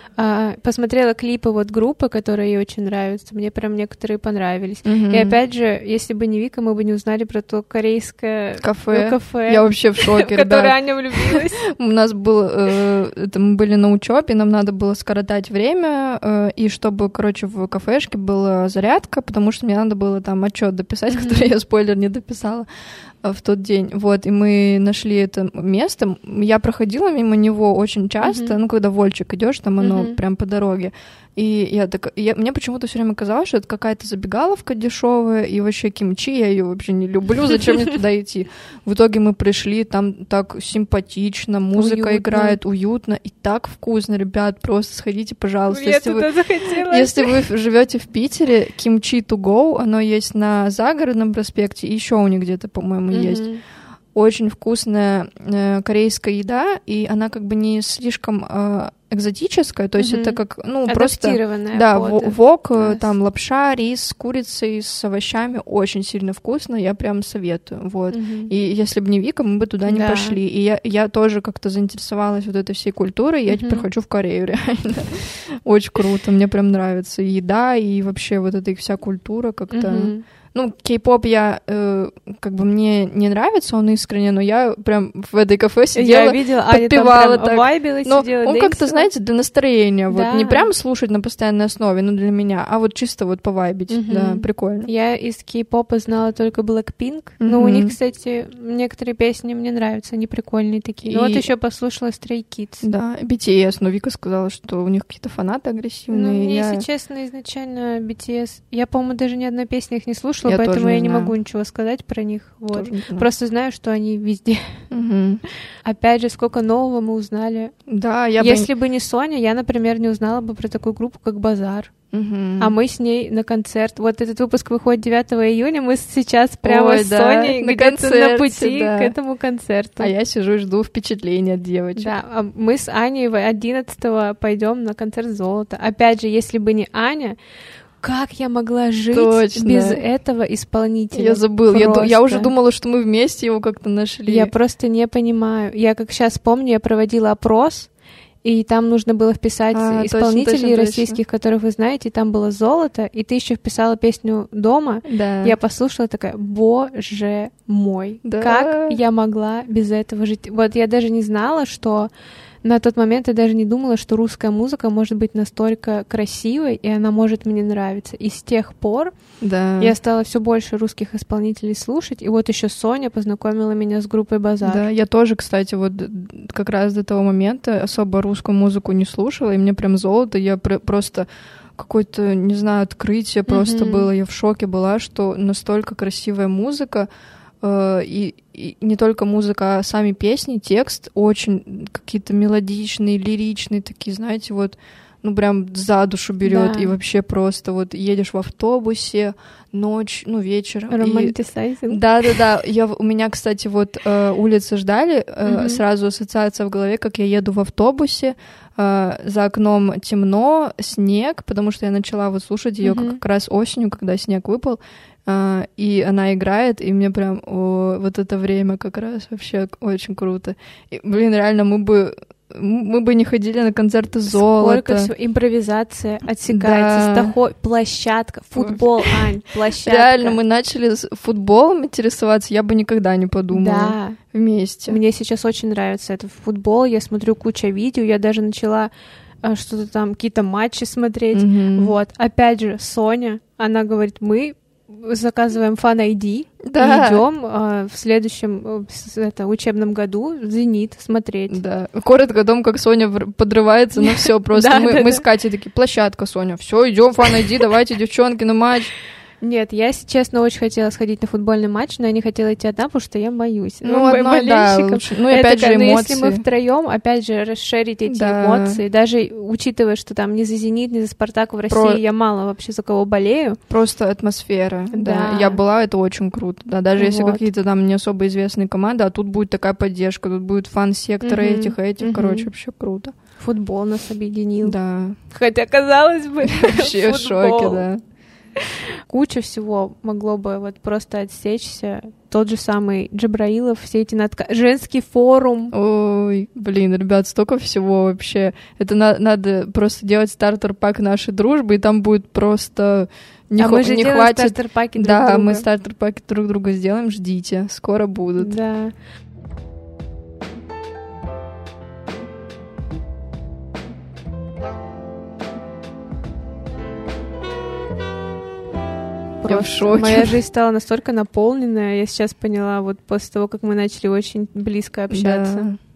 а, посмотрела клипы вот группы, которые ей очень нравятся. Мне прям некоторые понравились. Mm-hmm. И опять же, если бы не Вика, мы бы не узнали про то корейское кафе. кафе Я вообще в шоке, в которое Аня влюбилась. У нас был, это мы были на учебе, нам надо было скоротать время, и чтобы, короче, в кафешке была зарядка, потому что мне надо было там отчет дописать, который я, спойлер, не дописала в тот день. Вот, и мы нашли это место. Я проходила мимо него очень часто, mm-hmm. ну, когда Вольчик идешь, там оно mm-hmm. прям по дороге. И я так, я, мне почему-то все время казалось, что это какая-то забегаловка дешевая, и вообще кимчи, я ее вообще не люблю, зачем мне туда идти? В итоге мы пришли, там так симпатично, музыка уютно. Играет, уютно, и так вкусно, ребят, просто сходите, пожалуйста. Я если туда вы, захотела. Если вы живете в Питере, Kimchi to go, оно есть на Загородном проспекте, и еще у них где-то, по-моему, mm-hmm. есть. Очень вкусная э, корейская еда, и она как бы не слишком э, экзотическая, то есть mm-hmm. это как, ну, просто... Да, вок, yes. там лапша, рис с курицей, с овощами, очень сильно вкусно, я прям советую, вот. Mm-hmm. И если бы не Вика, мы бы туда не да. пошли. И я, я тоже как-то заинтересовалась вот этой всей культурой, я mm-hmm. теперь хочу в Корею, реально. Очень круто, мне прям нравится и еда, и вообще вот эта их вся культура как-то... Mm-hmm. Ну, кей-поп я, э, как бы мне не нравится, он искренне, но я прям в этой кафе сидела, я видела, подпевала так. Вайбила, но сидела, он как-то, знаете, для настроения, да. вот, не прям слушать на постоянной основе, ну, для меня, а вот чисто вот повайбить, mm-hmm. да, прикольно. Я из кей-попа знала только Blackpink, mm-hmm. но у них, кстати, некоторые песни мне нравятся, они прикольные такие. И... Ну, вот еще послушала Stray Kids. Да, би ти эс, но Вика сказала, что у них какие-то фанаты агрессивные. Ну, мне, я... если честно, изначально би ти эс, я, по-моему, даже ни одной песни их не слушала, я поэтому я не знаю. могу ничего сказать про них. Вот. Знаю. Просто знаю, что они везде. Угу. Опять же, сколько нового мы узнали. Да, я Если бы... бы не Соня, я, например, не узнала бы про такую группу, как Базар. Угу. А мы с ней на концерт. Вот этот выпуск выходит девятого июня, мы сейчас прямо Ой, с да, Соней на где-то концерте, на пути да. к этому концерту. А я сижу и жду впечатления от девочек. Да, а мы с Аней одиннадцатого пойдем на концерт «Золото». Опять же, если бы не Аня, как я могла жить Точно. без этого исполнителя? Я забыла. Я, я уже думала, что мы вместе его как-то нашли. Я просто не понимаю. Я как сейчас помню, я проводила опрос, и там нужно было вписать а, исполнителей точно, точно, российских, точно. которых вы знаете, и там было «Золото», и ты еще вписала песню «Дома». Да. Я послушала, такая, боже мой, да. как я могла без этого жить? Вот я даже не знала, что... На тот момент я даже не думала, что русская музыка может быть настолько красивой, и она может мне нравиться. И с тех пор да. я стала все больше русских исполнителей слушать. И вот еще Соня познакомила меня с группой «Базар». Да, я тоже, кстати, вот как раз до того момента особо русскую музыку не слушала, и мне прям «Золото», я пр- просто... какое-то, не знаю, открытие просто mm-hmm. было. Я в шоке была, что настолько красивая музыка, И, и не только музыка, а сами песни, текст очень какие-то мелодичные, лиричные такие, знаете, вот, ну, прям за душу берет, да. И вообще просто вот едешь в автобусе, ночь, ну, вечер. Романтисайзинг. Да-да-да. Я, у меня, кстати, вот э, «Улицы ждали», э, mm-hmm. сразу ассоциация в голове, как я еду в автобусе, э, за окном темно, снег, потому что я начала вот слушать ее mm-hmm. как раз осенью, когда снег выпал, Uh, и она играет, и мне прям о, вот это время как раз вообще очень круто. И, блин, реально, мы бы мы бы не ходили на концерты «Золото». Сколько всего. Импровизация отсекается, да. стахо... площадка, футбол, Ань, площадка. Реально, мы начали с футболом интересоваться, я бы никогда не подумала. Да. Вместе. Мне сейчас очень нравится этот футбол, я смотрю кучу видео, я даже начала что-то там, какие-то матчи смотреть. Mm-hmm. Вот. Опять же, Соня, она говорит, мы заказываем фан-ай ди да. и идем э, в следующем э, это, учебном году в «Зенит» смотреть. Да. Коротко о том, как Соня подрывается на все просто. да, мы, да, мы да. с Катей такие, площадка, Соня, все, идем фан-ай ди, давайте, девчонки, на матч. Нет, я, если честно, очень хотела сходить на футбольный матч, но я не хотела идти одна, потому что я боюсь. Ну, ну одно, да, лучше. Ну, и опять это, же, эмоции. Но если мы втроем, опять же, расширить эти да. эмоции, даже учитывая, что там ни за «Зенит», ни за «Спартак» в России Про... я мало вообще за кого болею. Просто атмосфера, да. да. Я была, это очень круто, да. Даже вот. Если какие-то там не особо известные команды, а тут будет такая поддержка, тут будет фан-сектор mm-hmm. этих, этих, mm-hmm. короче, вообще круто. Футбол нас объединил. Да. Хотя, казалось бы, вообще в шоке, да. Куча всего могло бы вот просто отсечься. Тот же самый Джабраилов, все эти надка... женский форум. Ой, блин, ребят, столько всего вообще. Это на- надо просто делать стартер-пак нашей дружбы, и там будет просто не, а хо- мы же не делаем хватит. Стартер-паки друг да, друга. мы стартер-паки друг друга сделаем, ждите, скоро будут. Да. Я в шоке. Моя жизнь стала настолько наполненная, я сейчас поняла, вот после того, как мы начали очень близко общаться. Да.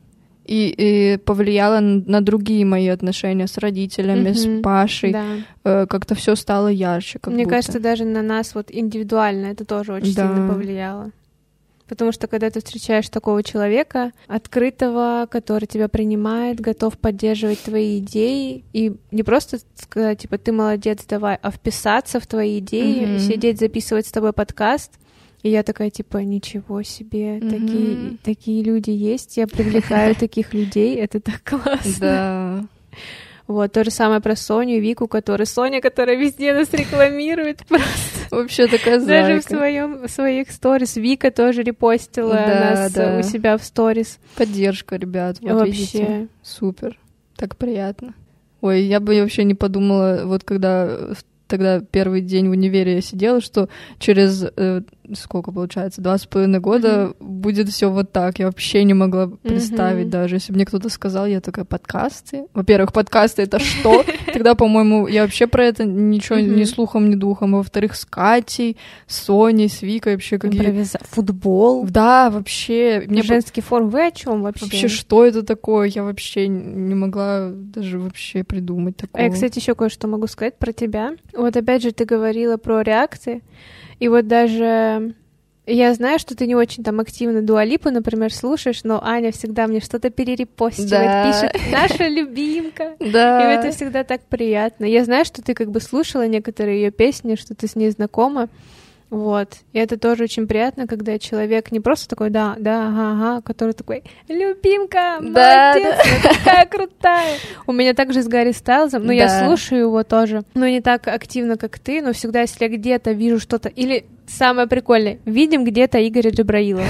и, и повлияло на другие мои отношения с родителями, mm-hmm. с Пашей. Да. Э, как-то все стало ярче. Как Мне будто. кажется, даже на нас вот индивидуально это тоже очень да. сильно повлияло. Потому что когда ты встречаешь такого человека, открытого, который тебя принимает, готов поддерживать твои идеи, и не просто сказать, типа, ты молодец, давай, а вписаться в твои идеи, mm-hmm. сидеть, записывать с тобой подкаст. И я такая, типа, ничего себе, mm-hmm. такие, такие люди есть, я привлекаю таких людей, это так классно. Да. Вот, то же самое про Соню и Вику, которая Соня, которая везде нас рекламирует просто. Вообще такая зайка. Даже в, своем, в своих сторис. Вика тоже репостила да, нас да. у себя в сторис. Поддержка, ребят. Вот вообще. Видите? Супер. Так приятно. Ой, я бы вообще не подумала, вот когда тогда первый день в универе я сидела, что через... Э, сколько получается, два с половиной года mm-hmm. будет все вот так. Я вообще не могла представить mm-hmm. даже. Если бы мне кто-то сказал, я такая, подкасты? Во-первых, подкасты — это что? Тогда, по-моему, я вообще про это ничего ни слухом, ни духом. А во-вторых, с Катей, с Соней, с Викой вообще какие... Импровиза... Футбол. Да, вообще. Мне женский форум. Вы о чем вообще? Вообще, что это такое? Я вообще не могла даже вообще придумать такого. А я, кстати, еще кое-что могу сказать про тебя. Вот опять же, ты говорила про реакции. И вот даже я знаю, что ты не очень там активно Дуа Липу, например, слушаешь, но Аня всегда мне что-то перерепостивает, да. пишет «наша любимка». Да. И это всегда так приятно. Я знаю, что ты как бы слушала некоторые ее песни, что ты с ней знакома. Вот. И это тоже очень приятно, когда человек не просто такой «да, да, ага, ага», который такой «любимка, да, молодец, да. какая крутая». У меня также с Гарри Стайлзом, но да. я слушаю его тоже, но не так активно, как ты, но всегда, если я где-то вижу что-то, или самое прикольное, видим где-то Игоря Джабраилова.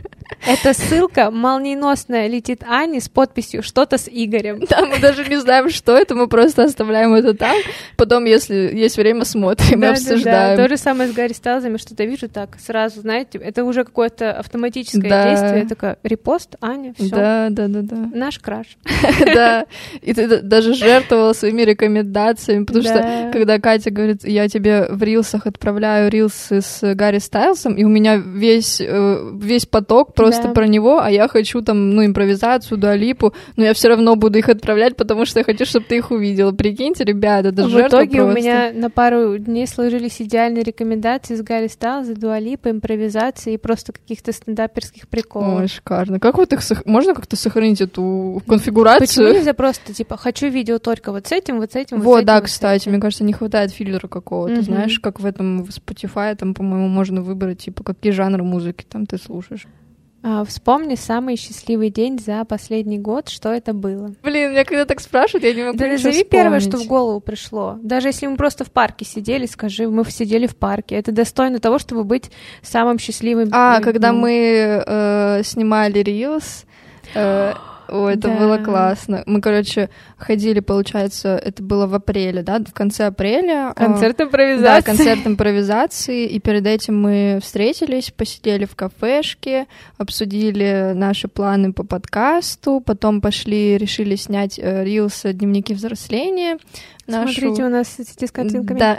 Эта ссылка молниеносная летит Ане с подписью «что-то с Игорем». Да, мы даже не знаем, что это, мы просто оставляем это там, потом, если есть время, смотрим да, и обсуждаем. Да, да. То же самое с Гарри Стайлзами, что-то вижу так, сразу, знаете, это уже какое-то автоматическое да. действие, я такая, репост, Аня, все. Да, да, да, да. Наш краш. Да, и ты даже жертвовала своими рекомендациями, потому что, когда Катя говорит, я тебе в рилсах отправляю рилсы с Гарри Стайлзом, и у меня весь, весь поток просто да. про него, а я хочу там, ну, импровизацию, Дуа Липу, но я все равно буду их отправлять, потому что я хочу, чтобы ты их увидела. Прикиньте, ребята, это жертва просто. В итоге у меня на пару дней сложились идеальные рекомендации с Гарри Стайлза, Дуа Липа, импровизации и просто каких-то стендаперских приколов. Ой, шикарно. Как вот их, сох... можно как-то сохранить эту конфигурацию? Почему нельзя просто, типа, хочу видео только вот с этим, вот с этим, вот, вот с этим? да, вот кстати, мне кажется, не хватает фильтра какого-то, mm-hmm. знаешь, как в этом в Spotify, там, по-моему, можно выбрать, типа, какие жанры музыки там ты слушаешь. А, вспомни самый счастливый день за последний год, что это было. Блин, меня когда так спрашивают, я не могу да ничего назови вспомнить. Первое, что в голову пришло. Даже если мы просто в парке сидели, скажи, мы сидели в парке. Это достойно того, чтобы быть самым счастливым. А, когда мы э, снимали Reels... Э, О, это да. было классно. Мы, короче, ходили, получается, это было в апреле, да, в конце апреля. Концерт импровизации. Да, концерт импровизации. И перед этим мы встретились, посидели в кафешке, обсудили наши планы по подкасту, потом пошли, решили снять рилс «Дневники взросления». Нашу... Смотрите, у нас эти с картинками. Да.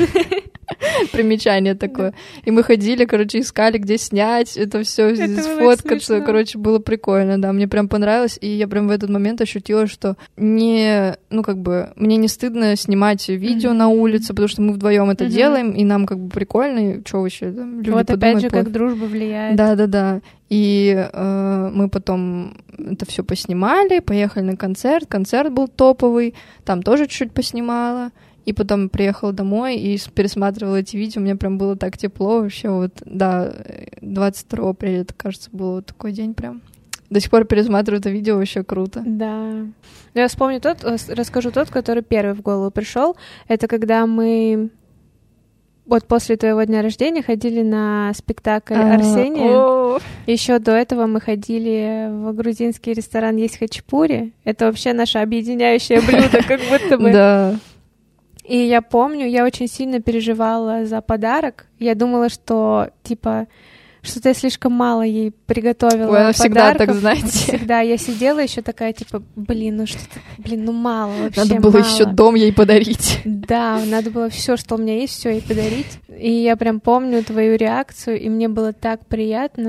Примечание такое. И мы ходили, короче, искали, где снять это все, сфоткаться. Короче, было прикольно, да. Мне прям понравилось. И я прям в этот момент ощутила, что не, ну, как бы, мне не стыдно снимать видео mm-hmm. на улице, потому что мы вдвоем это mm-hmm. делаем, и нам как бы прикольно. И что вообще, там, люди вот подумают, опять же, плохо. как дружба влияет. Да, да, да. И э, мы потом это все поснимали, поехали на концерт. Концерт был топовый, там тоже чуть-чуть поснимала. И потом приехала домой и пересматривала эти видео. Мне прям было так тепло вообще. Вот, да, двадцать второго апреля, это, кажется, был вот такой день прям. До сих пор пересматриваю это видео, вообще круто. Да. Я вспомню тот, расскажу тот, который первый в голову пришел. Это когда мы вот после твоего дня рождения ходили на спектакль Арсения. Еще до этого мы ходили в грузинский ресторан «Есть хачапури». Это вообще наше объединяющее блюдо, как будто бы. Да. И я помню, я очень сильно переживала за подарок. Я думала, что, типа, что-то я слишком мало ей приготовила. Ой, она подарков. всегда так, знаете. Всегда. Я сидела еще такая, типа, блин, ну что-то, блин, ну мало вообще. Надо было мало. еще дом ей подарить. Да, надо было все, что у меня есть, все ей подарить. И я прям помню твою реакцию, и мне было так приятно.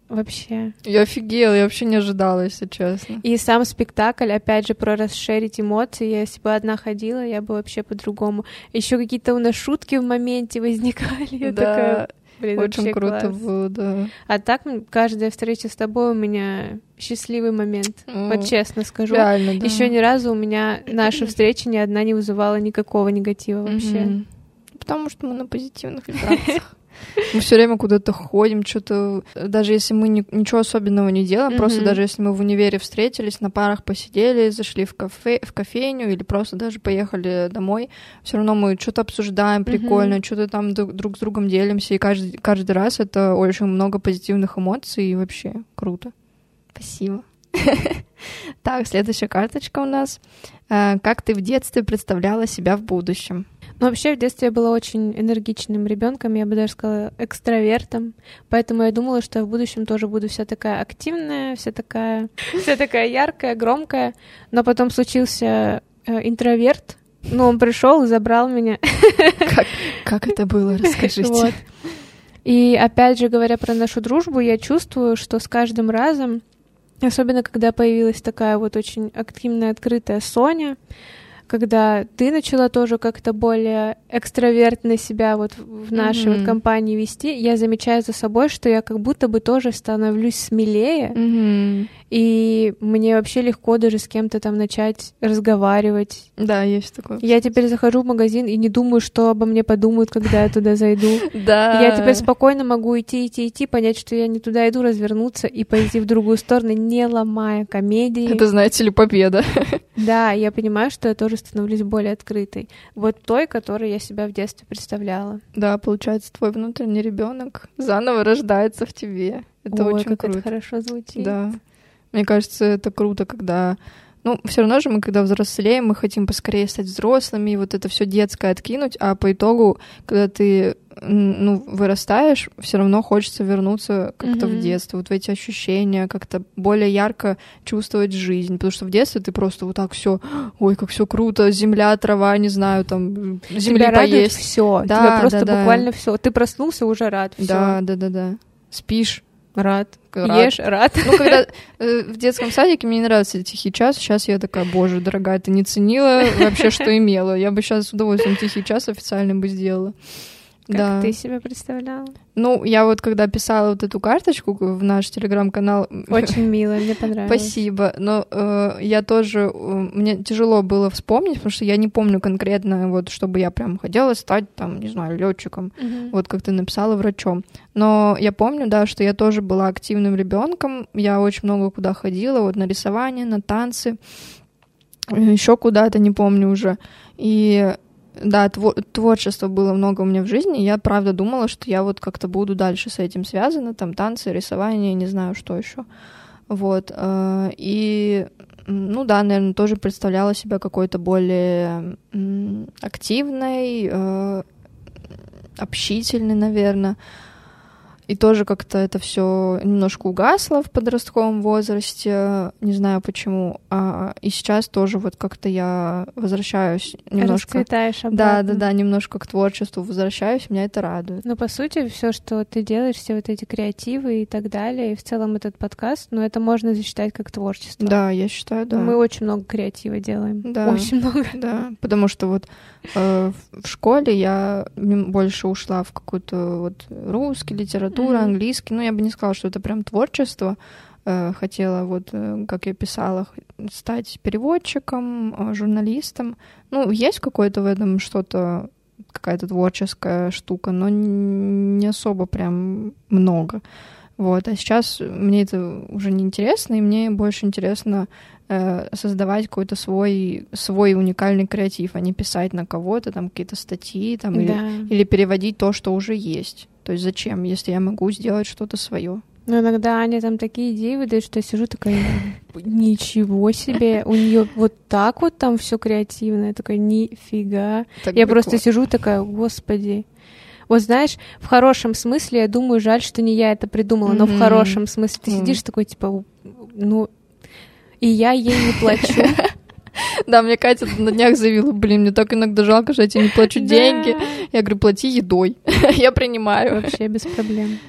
вообще. Я офигела, я вообще не ожидала, если честно. И сам спектакль, опять же, про расширить эмоции. Я, если бы одна ходила, я бы вообще по-другому. Еще какие-то у нас шутки в моменте возникали. Я да, такая, блин, очень круто класс. было, да. А так, каждая встреча с тобой у меня счастливый момент. Mm. Вот честно скажу. Реально, да. Еще ни разу у меня наша встреча ни одна не вызывала никакого негатива вообще. Mm-hmm. Потому что мы на позитивных вибрациях. Мы все время куда-то ходим, что-то... Даже если мы ни, ничего особенного не делаем, mm-hmm. просто даже если мы в универе встретились, на парах посидели, зашли в, кафе, в кофейню или просто даже поехали домой, все равно мы что-то обсуждаем прикольно, mm-hmm. что-то там друг, друг с другом делимся, и каждый, каждый раз это очень много позитивных эмоций, и вообще круто. Спасибо. Так, следующая карточка у нас. Как ты в детстве представляла себя в будущем? Ну, вообще, в детстве я была очень энергичным ребенком, я бы даже сказала, экстравертом. Поэтому я думала, что в будущем тоже буду вся такая активная, вся такая, вся такая яркая, громкая. Но потом случился э, интроверт. Ну, он пришел и забрал меня. Как, как это было? Расскажите. Вот. И опять же, говоря про нашу дружбу, я чувствую, что с каждым разом, особенно когда появилась такая вот очень активная, открытая Соня, когда ты начала тоже как-то более экстравертно себя вот в нашей mm-hmm. вот компании вести, я замечаю за собой, что я как будто бы тоже становлюсь смелее, mm-hmm. и мне вообще легко даже с кем-то там начать разговаривать. Да, есть такое. Я теперь захожу в магазин и не думаю, что обо мне подумают, когда я туда зайду. Да. Я теперь спокойно могу идти, идти, идти, понять, что я не туда иду, развернуться и пойти в другую сторону, не ломая комедии. Это, знаете ли, победа. Да, я понимаю, что я тоже становлюсь более открытой. Вот той, которой я себя в детстве представляла. Да, получается, твой внутренний ребенок заново рождается в тебе. Это Ой, очень как круто. Это хорошо звучит. Да. Мне кажется, это круто, когда... Ну, все равно же мы, когда взрослеем, мы хотим поскорее стать взрослыми, и вот это все детское откинуть, а по итогу, когда ты, ну, вырастаешь, все равно хочется вернуться как-то mm-hmm. в детство, вот в эти ощущения, как-то более ярко чувствовать жизнь, потому что в детстве ты просто вот так все, ой, как все круто, земля, трава, не знаю, там, земли тебя поесть. Все, да, тебя просто да, буквально да. все. Ты проснулся, уже рад, все. Да, да, да, да. Спишь. Рад. рад. Ешь, рад. Ну, когда э, в детском садике мне не нравится тихий час, сейчас я такая, боже, дорогая, ты не ценила вообще, что имела. Я бы сейчас с удовольствием тихий час официально бы сделала. Как да. ты себе представляла? Ну, я вот когда писала вот эту карточку в наш телеграм-канал... Очень мило, мне понравилось. Спасибо. Но э, я тоже... Э, мне тяжело было вспомнить, потому что я не помню конкретно, вот, чтобы я прям хотела стать, там, не знаю, летчиком. Uh-huh. Вот как ты написала, врачом. Но я помню, да, что я тоже была активным ребенком. Я очень много куда ходила, вот на рисование, на танцы, еще куда-то, не помню уже. И... Да, твор- творчества было много у меня в жизни, и я, правда, думала, что я вот как-то буду дальше с этим связана, там, танцы, рисование, не знаю, что еще. Вот, и, ну да, наверное, тоже представляла себя какой-то более активной, общительной, наверное. И тоже как-то это все немножко угасло в подростковом возрасте, не знаю почему. А, и сейчас тоже вот как-то я возвращаюсь немножко... Расцветаешь обратно. Да, да, да, немножко к творчеству возвращаюсь, меня это радует. Ну, по сути, все, что ты делаешь, все вот эти креативы и так далее, и в целом этот подкаст, ну, это можно засчитать как творчество. Да, я считаю, да. Мы очень много креатива делаем. Да. Очень много. Да, потому что вот э, в школе я больше ушла в какую-то вот русский, литературу, Mm-hmm. английский. Ну, я бы не сказала, что это прям творчество. Хотела, вот, как я писала, стать переводчиком, журналистом. Ну, есть какое-то в этом что-то, какая-то творческая штука, но не особо прям много. Вот. А сейчас мне это уже не интересно, и мне больше интересно э, создавать какой-то свой, свой уникальный креатив, а не писать на кого-то там какие-то статьи там, да. или, или переводить то, что уже есть. То есть зачем, если я могу сделать что-то свое? Ну, иногда Аня там такие идеи выдает, что я сижу такая, ничего себе, у нее вот так вот там все креативное, такая, нифига. Так я просто вот. Сижу такая, господи. Вот знаешь, в хорошем смысле, я думаю, жаль, что не я это придумала, mm-hmm. но в хорошем смысле ты mm-hmm. сидишь такой, типа, ну, и я ей не плачу. Да, мне Катя на днях заявила, блин, мне так иногда жалко, что я тебе не плачу деньги. Я говорю, плати едой. Я принимаю. Вообще без проблем.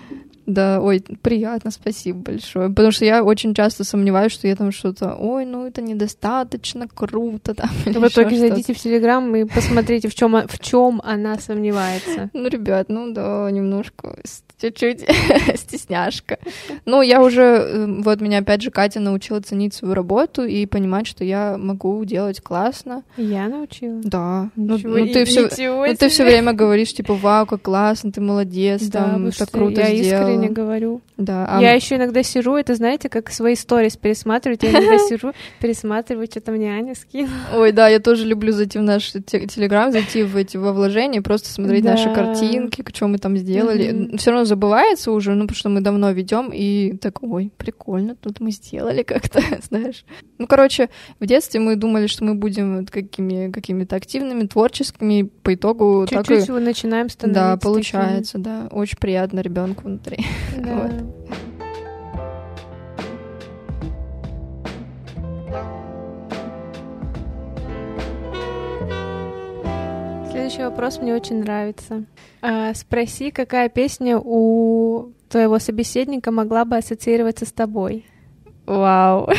Да, ой, приятно, спасибо большое. Потому что я очень часто сомневаюсь, что я там что-то, ой, ну это недостаточно круто. Там, в итоге зайдите в Телеграм и посмотрите, в чем в чем она сомневается. Ну, ребят, ну да, немножко, чуть-чуть стесняшка. Ну, я уже, вот меня опять же Катя научила ценить свою работу и понимать, что я могу делать классно. Я научила? Да. Ничего, ну, ну, ты все, ну, ты все время говоришь, типа, вау, как классно, ты молодец, да, там, так круто я сделала. Я искренне говорю. Да, а... Я еще иногда сижу, это, знаете, как свои сторис пересматривать. Я иногда сижу, пересматриваю, что-то мне Аня скинула. Ой, да, я тоже люблю зайти в наш Телеграм, зайти в эти во вложения, просто смотреть да. наши картинки, что мы там сделали. Mm-hmm. Все равно забывается уже, ну, потому что мы давно ведем, и так, ой, прикольно, тут мы сделали как-то, знаешь. Ну, короче, в детстве мы думали, что мы будем какими, какими-то активными, творческими, по итогу чуть-чуть так и... мы начинаем становиться. Да, получается, такими. Да, очень приятно ребенку внутри. Да. Вот. Следующий вопрос мне очень нравится. А, спроси, какая песня у твоего собеседника могла бы ассоциироваться с тобой? Вау,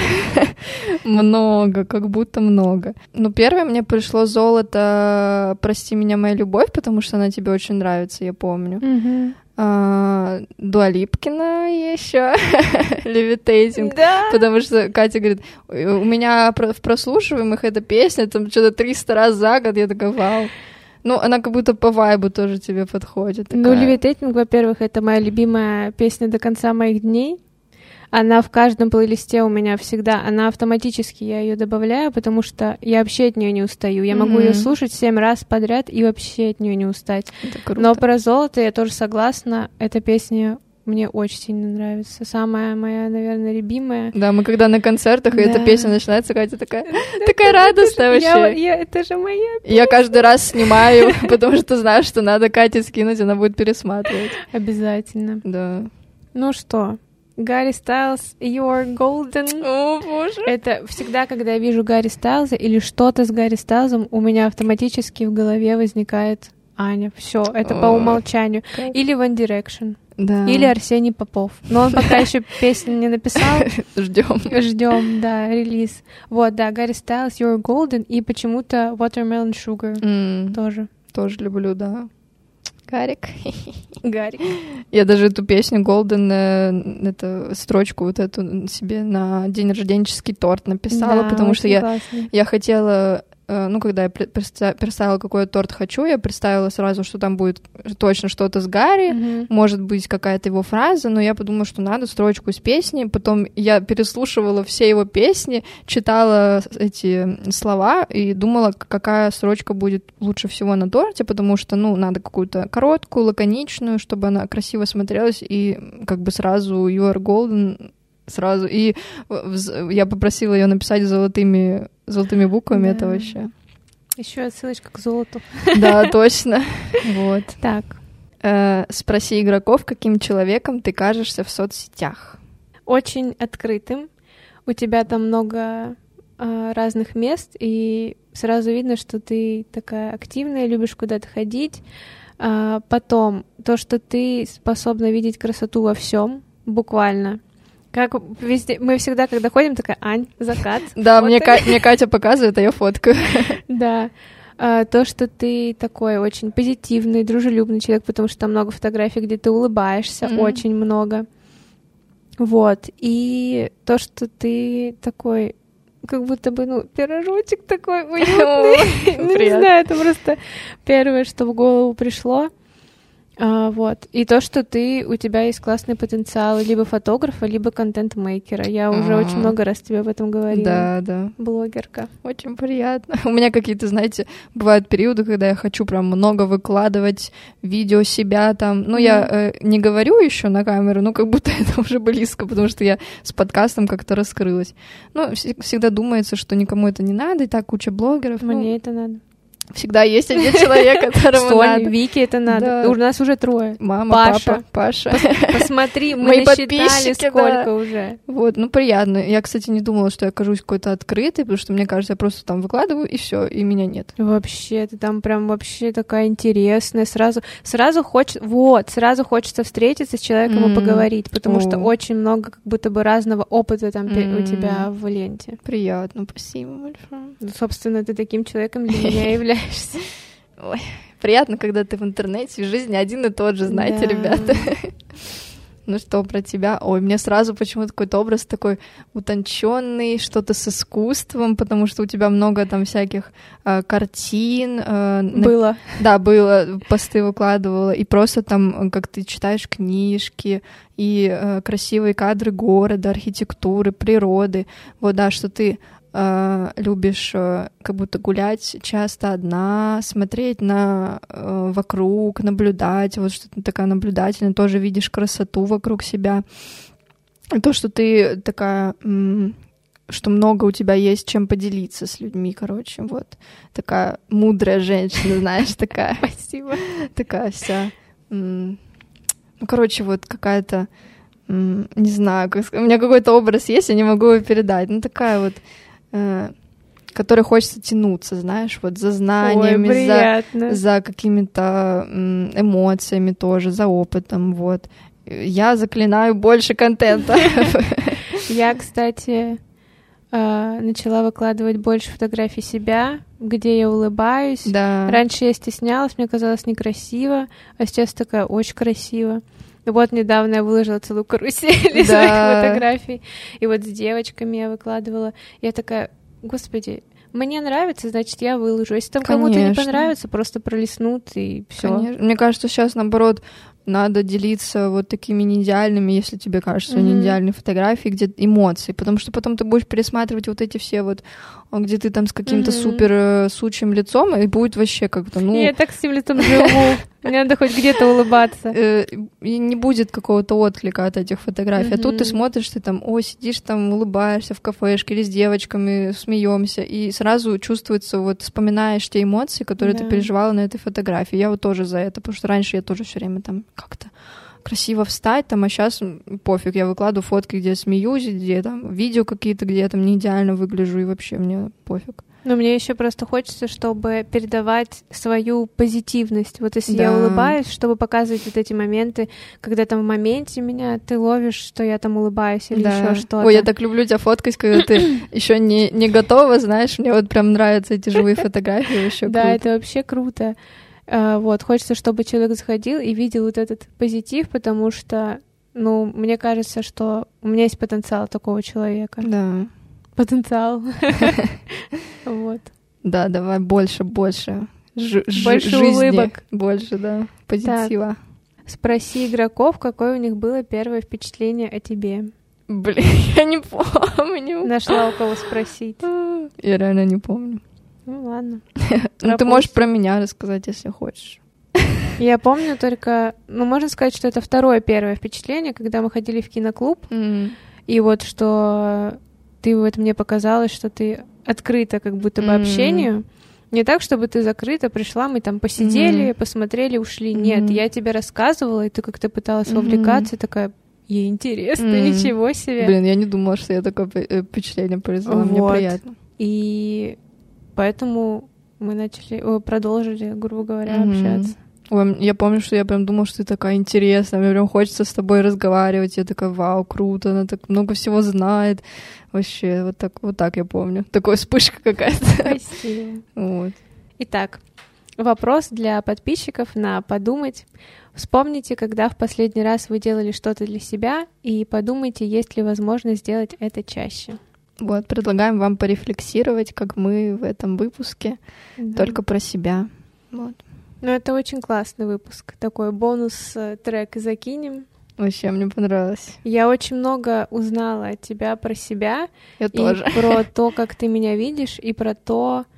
много, как будто много. Ну, первое мне пришло «Золото, прости меня, моя любовь», потому что она тебе очень нравится, я помню. Mm-hmm. А, Дуа Липкина еще, «Levitating», да. потому что Катя говорит, у меня в прослушиваемых эта песня, там что-то триста раз за год, я такая, вау. Ну, она как будто по вайбу тоже тебе подходит. Такая. Ну, «Levitating», во-первых, это моя любимая песня до конца моих дней. Она в каждом плейлисте у меня всегда, она автоматически, я ее добавляю, потому что я вообще от нее не устаю. Я mm-hmm. могу ее слушать семь раз подряд и вообще от нее не устать. Но про «Золото» я тоже согласна. Эта песня мне очень сильно нравится. Самая моя, наверное, любимая. Да, мы когда на концертах, да. и эта песня начинается, Катя такая, такая радостная вообще. Я, я, это же моя песня. Я каждый раз снимаю, потому что знаю, что надо Кате скинуть, она будет пересматривать. Обязательно. Да. Ну что, Гарри Стайлз, You're Golden. О, боже. Это всегда, когда я вижу Гарри Стайлза или что-то с Гарри Стайлзом, у меня автоматически в голове возникает Аня. Все, это О, по умолчанию. Как? Или One Direction. Да. Или Арсений Попов. Но он пока еще песню не написал. Ждем. Ждем, да, релиз. Вот, да, Гарри Стайлз, You're Golden, и почему-то Watermelon Sugar mm. тоже. Тоже люблю, да. Гарик. Гарик. Я даже эту песню Golden, э, эту строчку вот эту себе на день рожденческий торт написала, да, потому что я, я хотела... Ну, когда я представила, какой я торт хочу, я представила сразу, что там будет точно что-то с Гарри, mm-hmm. может быть, какая-то его фраза, но я подумала, что надо строчку из песни. Потом я переслушивала все его песни, читала эти слова и думала, какая строчка будет лучше всего на торте, потому что, ну, надо какую-то короткую, лаконичную, чтобы она красиво смотрелась, и как бы сразу You are golden... Сразу. И я попросила ее написать золотыми, золотыми буквами, да. Это вообще. Еще отсылочка к золоту. Да, точно. Вот. Так. Э, спроси игроков, каким человеком ты кажешься в соцсетях. Очень открытым. У тебя там много э, разных мест, и сразу видно, что ты такая активная, любишь куда-то ходить. А потом, то, что ты способна видеть красоту во всем, буквально. Как везде, мы всегда, когда ходим, такая, Ань, закат. Да, мне, Ка- мне Катя показывает, а я фоткаю. Да. А, то, что ты такой очень позитивный, дружелюбный человек, потому что там много фотографий, где ты улыбаешься, mm-hmm. очень много. Вот. И то, что ты такой, как будто бы, ну, пирожочек такой уютный. Ну, не знаю, это просто первое, что в голову пришло. А, вот. И то, что ты, у тебя есть классный потенциал либо фотографа, либо контент-мейкера. Я уже А-а-а. очень много раз тебе об этом говорила. Да, да. Блогерка. Очень приятно. У меня какие-то, знаете, бывают периоды, когда я хочу прям много выкладывать видео себя там. Ну, mm-hmm. я э, не говорю еще на камеру, но как будто это уже близко, потому что я с подкастом как-то раскрылась. Ну, вс- всегда думается, что никому это не надо, и так куча блогеров. Мне ну, это надо. Всегда есть один человек, которому Соня, надо. Вике это надо. Да. У нас уже трое. Мама, Паша. папа, Паша. Посмотри, мы Мои насчитали подписчики, сколько да. уже. Вот, ну приятно. Я, кстати, не думала, что я окажусь какой-то открытой, потому что мне кажется, я просто там выкладываю, и все, и меня нет. Вообще, ты там прям вообще такая интересная. Сразу, сразу хочется, вот, сразу хочется встретиться с человеком Mm. и поговорить, потому О. что очень много как будто бы разного опыта там пе- у Mm. тебя в ленте. Приятно, спасибо большое. Ну, собственно, ты таким человеком для меня являешься. Ой, приятно, когда ты в интернете, в жизни один и тот же, знаете, Да. ребята. Ну что про тебя? Ой, мне сразу почему-то какой-то образ такой утонченный, что-то с искусством, потому что у тебя много там всяких э, картин. Э, на- Было. Да, было, посты выкладывала, и просто там, как ты читаешь книжки, и э, красивые кадры города, архитектуры, природы. Вот, да, что ты э, любишь э, как будто гулять часто одна, смотреть на э, вокруг, наблюдать, вот что ты такая наблюдательная, тоже видишь красоту вокруг себя. И то, что ты такая, м, что много у тебя есть чем поделиться с людьми, короче, вот. Такая мудрая женщина, знаешь, такая. Спасибо. Такая вся... м, Ну, короче, вот какая-то... м, Не знаю, как сказать, у меня какой-то образ есть, я не могу его передать. Ну, такая вот... э, которой хочется тянуться, знаешь, вот за Ой, знаниями, за, приятно. за какими-то м, эмоциями тоже, за опытом, вот. Я заклинаю больше контента. Я, кстати, э, начала выкладывать больше фотографий себя, где я улыбаюсь. Да. Раньше я стеснялась, мне казалось некрасиво, а сейчас такая очень красиво. И вот недавно я выложила целую карусель из Да. своих фотографий, и вот с девочками я выкладывала. Я такая, господи, мне нравится, значит, я выложу. Если там кому-то не Конечно. понравится, просто пролистнут, и все. Конечно. Мне кажется, сейчас, наоборот, надо делиться вот такими неидеальными, если тебе кажется, Мгм. не идеальные фотографии, где эмоции, потому что потом ты будешь пересматривать вот эти все вот, а, где ты там с каким-то Мгм. супер э, сучьим лицом, и будет вообще как-то, ну... Я так с этим лицом живу. Мне надо хоть где-то улыбаться. э, и не будет какого-то отклика от этих фотографий. А тут ты Мгм. смотришь, ты там, ой, сидишь там, улыбаешься в кафешке или с девочками, смеемся, и сразу чувствуется, вот вспоминаешь те эмоции, которые Да. ты переживала на этой фотографии. Я вот тоже за это, потому что раньше я тоже все время там как-то красиво встать, там, а сейчас пофиг, я выкладываю фотки, где я смеюсь, где там видео какие-то, где я там не идеально выгляжу, и вообще мне пофиг. Но мне еще просто хочется, чтобы передавать свою позитивность. Вот если я Да. улыбаюсь, чтобы показывать вот эти моменты, когда там в моменте меня ты ловишь, что я там улыбаюсь или Да. еще что-то. Ой, я так люблю тебя фоткать, когда ты еще не, не готова, знаешь, мне вот прям нравятся эти живые фотографии, вообще Да, круто. это вообще круто. А, Вот, хочется, чтобы человек заходил и видел вот этот позитив, потому что, ну, мне кажется, что у меня есть потенциал такого человека. Да. Потенциал. Вот. Да, давай больше, больше. Ж- ж- Больше жизни. улыбок. Больше, да. Позитива. Спроси игроков, какое у них было первое впечатление о тебе. Блин, я не помню. Нашла у кого спросить. Я реально не помню. Ну ладно. Ну, ты можешь про меня рассказать, если хочешь. Я помню только, ну, можно сказать, что это второе первое впечатление, когда мы ходили в киноклуб, М. и вот что ты вот мне показалось, что ты открыта как будто бы М. общению. Не так, чтобы ты закрыто пришла, мы там посидели, Мгм. посмотрели, ушли. Нет, Мгм. я тебе рассказывала, и ты как-то пыталась Мгм. вовлекаться, и такая, ей интересно, М. ничего себе. Блин, я не думала, что я такое п- э, впечатление произвела. Мне Вот. приятно. И поэтому мы начали, о, продолжили, грубо говоря, Мгм. общаться. Ой, я помню, что я прям думала, что ты такая интересная, мне прям хочется с тобой разговаривать. Я такая, вау, круто, она так много всего знает. Вообще, вот так, вот так я помню. Такая вспышка какая-то. Спасибо. Вот. Итак, вопрос для подписчиков на подумать. Вспомните, когда в последний раз вы делали что-то для себя, и подумайте, есть ли возможность сделать это чаще. Вот, предлагаем вам порефлексировать, как мы в этом выпуске, Да. только про себя. Вот. Ну, это очень классный выпуск. Такой бонус-трек закинем. Вообще, мне понравилось. Я очень много узнала от тебя про себя. Я и тоже. про то, как ты меня видишь, и про то,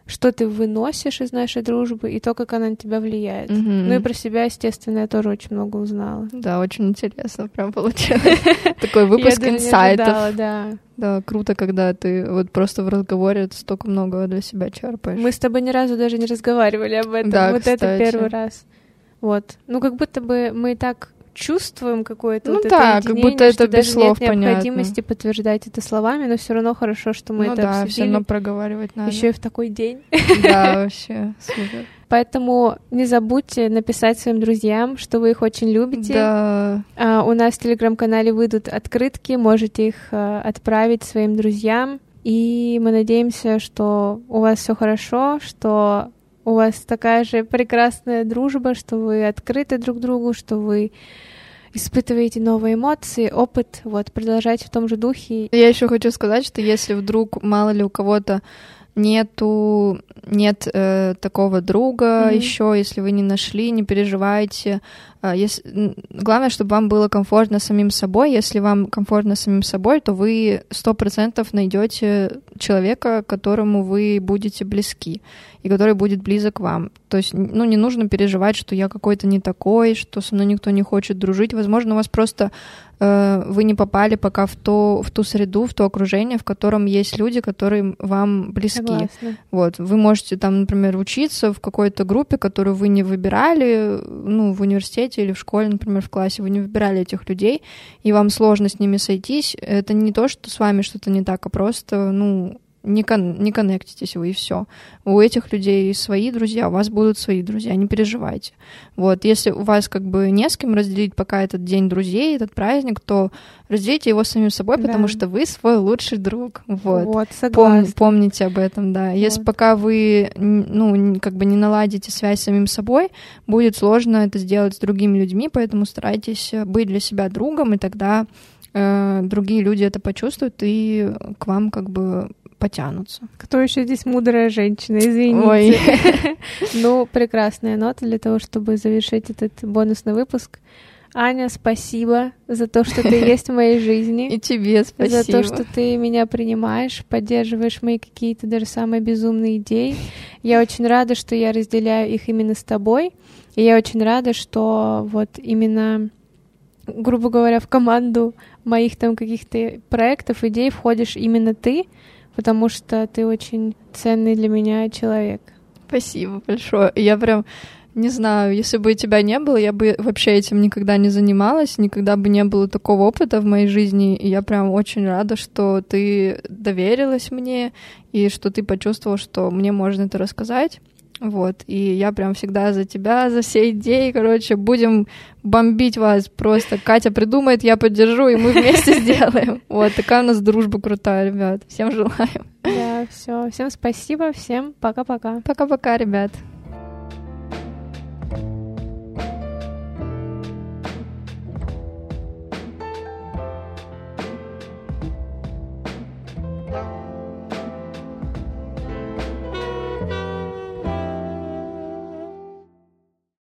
что ты выносишь из нашей дружбы, и то, как она на тебя влияет. Mm-hmm. Ну и про себя, естественно, я тоже очень много узнала. Да, очень интересно прям получилось. Такой выпуск инсайтов. Да. Да, круто, когда ты вот просто в разговоре столько многого для себя черпаешь. Мы с тобой ни разу даже не разговаривали об этом. Да, вот кстати. Это первый раз. Вот. Ну, как будто бы мы так чувствуем какое-то ну вот да, это как будто это без даже слов нет необходимости понятно. подтверждать это словами, но все равно хорошо, что мы ну это да, обсудили. все равно проговаривать надо. Еще и в такой день. Да, вообще, супер. Поэтому не забудьте написать своим друзьям, что вы их очень любите. Да. А, у нас в Телеграм-канале выйдут открытки, можете их а, отправить своим друзьям. И мы надеемся, что у вас все хорошо, что у вас такая же прекрасная дружба, что вы открыты друг другу, что вы испытываете новые эмоции, опыт. Вот, продолжайте в том же духе. Я еще хочу сказать, что если вдруг, мало ли у кого-то нету, нет э, такого друга mm-hmm. еще, если вы не нашли, не переживайте. Э, если, главное, чтобы вам было комфортно самим собой. Если вам комфортно самим собой, то вы сто процентов найдете человека, которому вы будете близки и который будет близок к вам. То есть, ну, не нужно переживать, что я какой-то не такой, что со мной никто не хочет дружить. Возможно, у вас просто э, вы не попали пока в, то, в ту среду, в то окружение, в котором есть люди, которые вам близки. Согласна. Вот. Вы можете там, например, учиться в какой-то группе, которую вы не выбирали, ну, в университете или в школе, например, в классе, вы не выбирали этих людей, и вам сложно с ними сойтись. Это не то, что с вами что-то не так, а просто, ну, не, кон- не коннектитесь вы, и все. У этих людей свои друзья, у вас будут свои друзья, не переживайте. Вот, если у вас как бы не с кем разделить пока этот день друзей, этот праздник, то разделите его самим собой, потому да. что вы свой лучший друг. Вот, вот согласна. Пом- помните об этом, да. Вот. Если пока вы, ну, как бы не наладите связь с самим собой, будет сложно это сделать с другими людьми, поэтому старайтесь быть для себя другом, и тогда э, другие люди это почувствуют и к вам как бы потянутся. Кто еще здесь мудрая женщина, извините. Ой. Ну, прекрасная нота для того, чтобы завершить этот бонусный выпуск. Аня, спасибо за то, что ты есть в моей жизни. И тебе спасибо. За то, что ты меня принимаешь, поддерживаешь мои какие-то даже самые безумные идеи. Я очень рада, что я разделяю их именно с тобой. И я очень рада, что вот именно, грубо говоря, в команду моих там каких-то проектов, идей входишь именно ты, потому что ты очень ценный для меня человек. Спасибо большое. Я прям не знаю, если бы тебя не было, я бы вообще этим никогда не занималась, никогда бы не было такого опыта в моей жизни, и я прям очень рада, что ты доверилась мне, и что ты почувствовала, что мне можно это рассказать. Вот, и я прям всегда за тебя, за все идеи, короче, будем бомбить вас просто. Катя придумает, я поддержу, и мы вместе сделаем. Вот, такая у нас дружба крутая, ребят. Всем желаем. Да, все. Всем спасибо, всем пока-пока. Пока-пока, ребят. Да.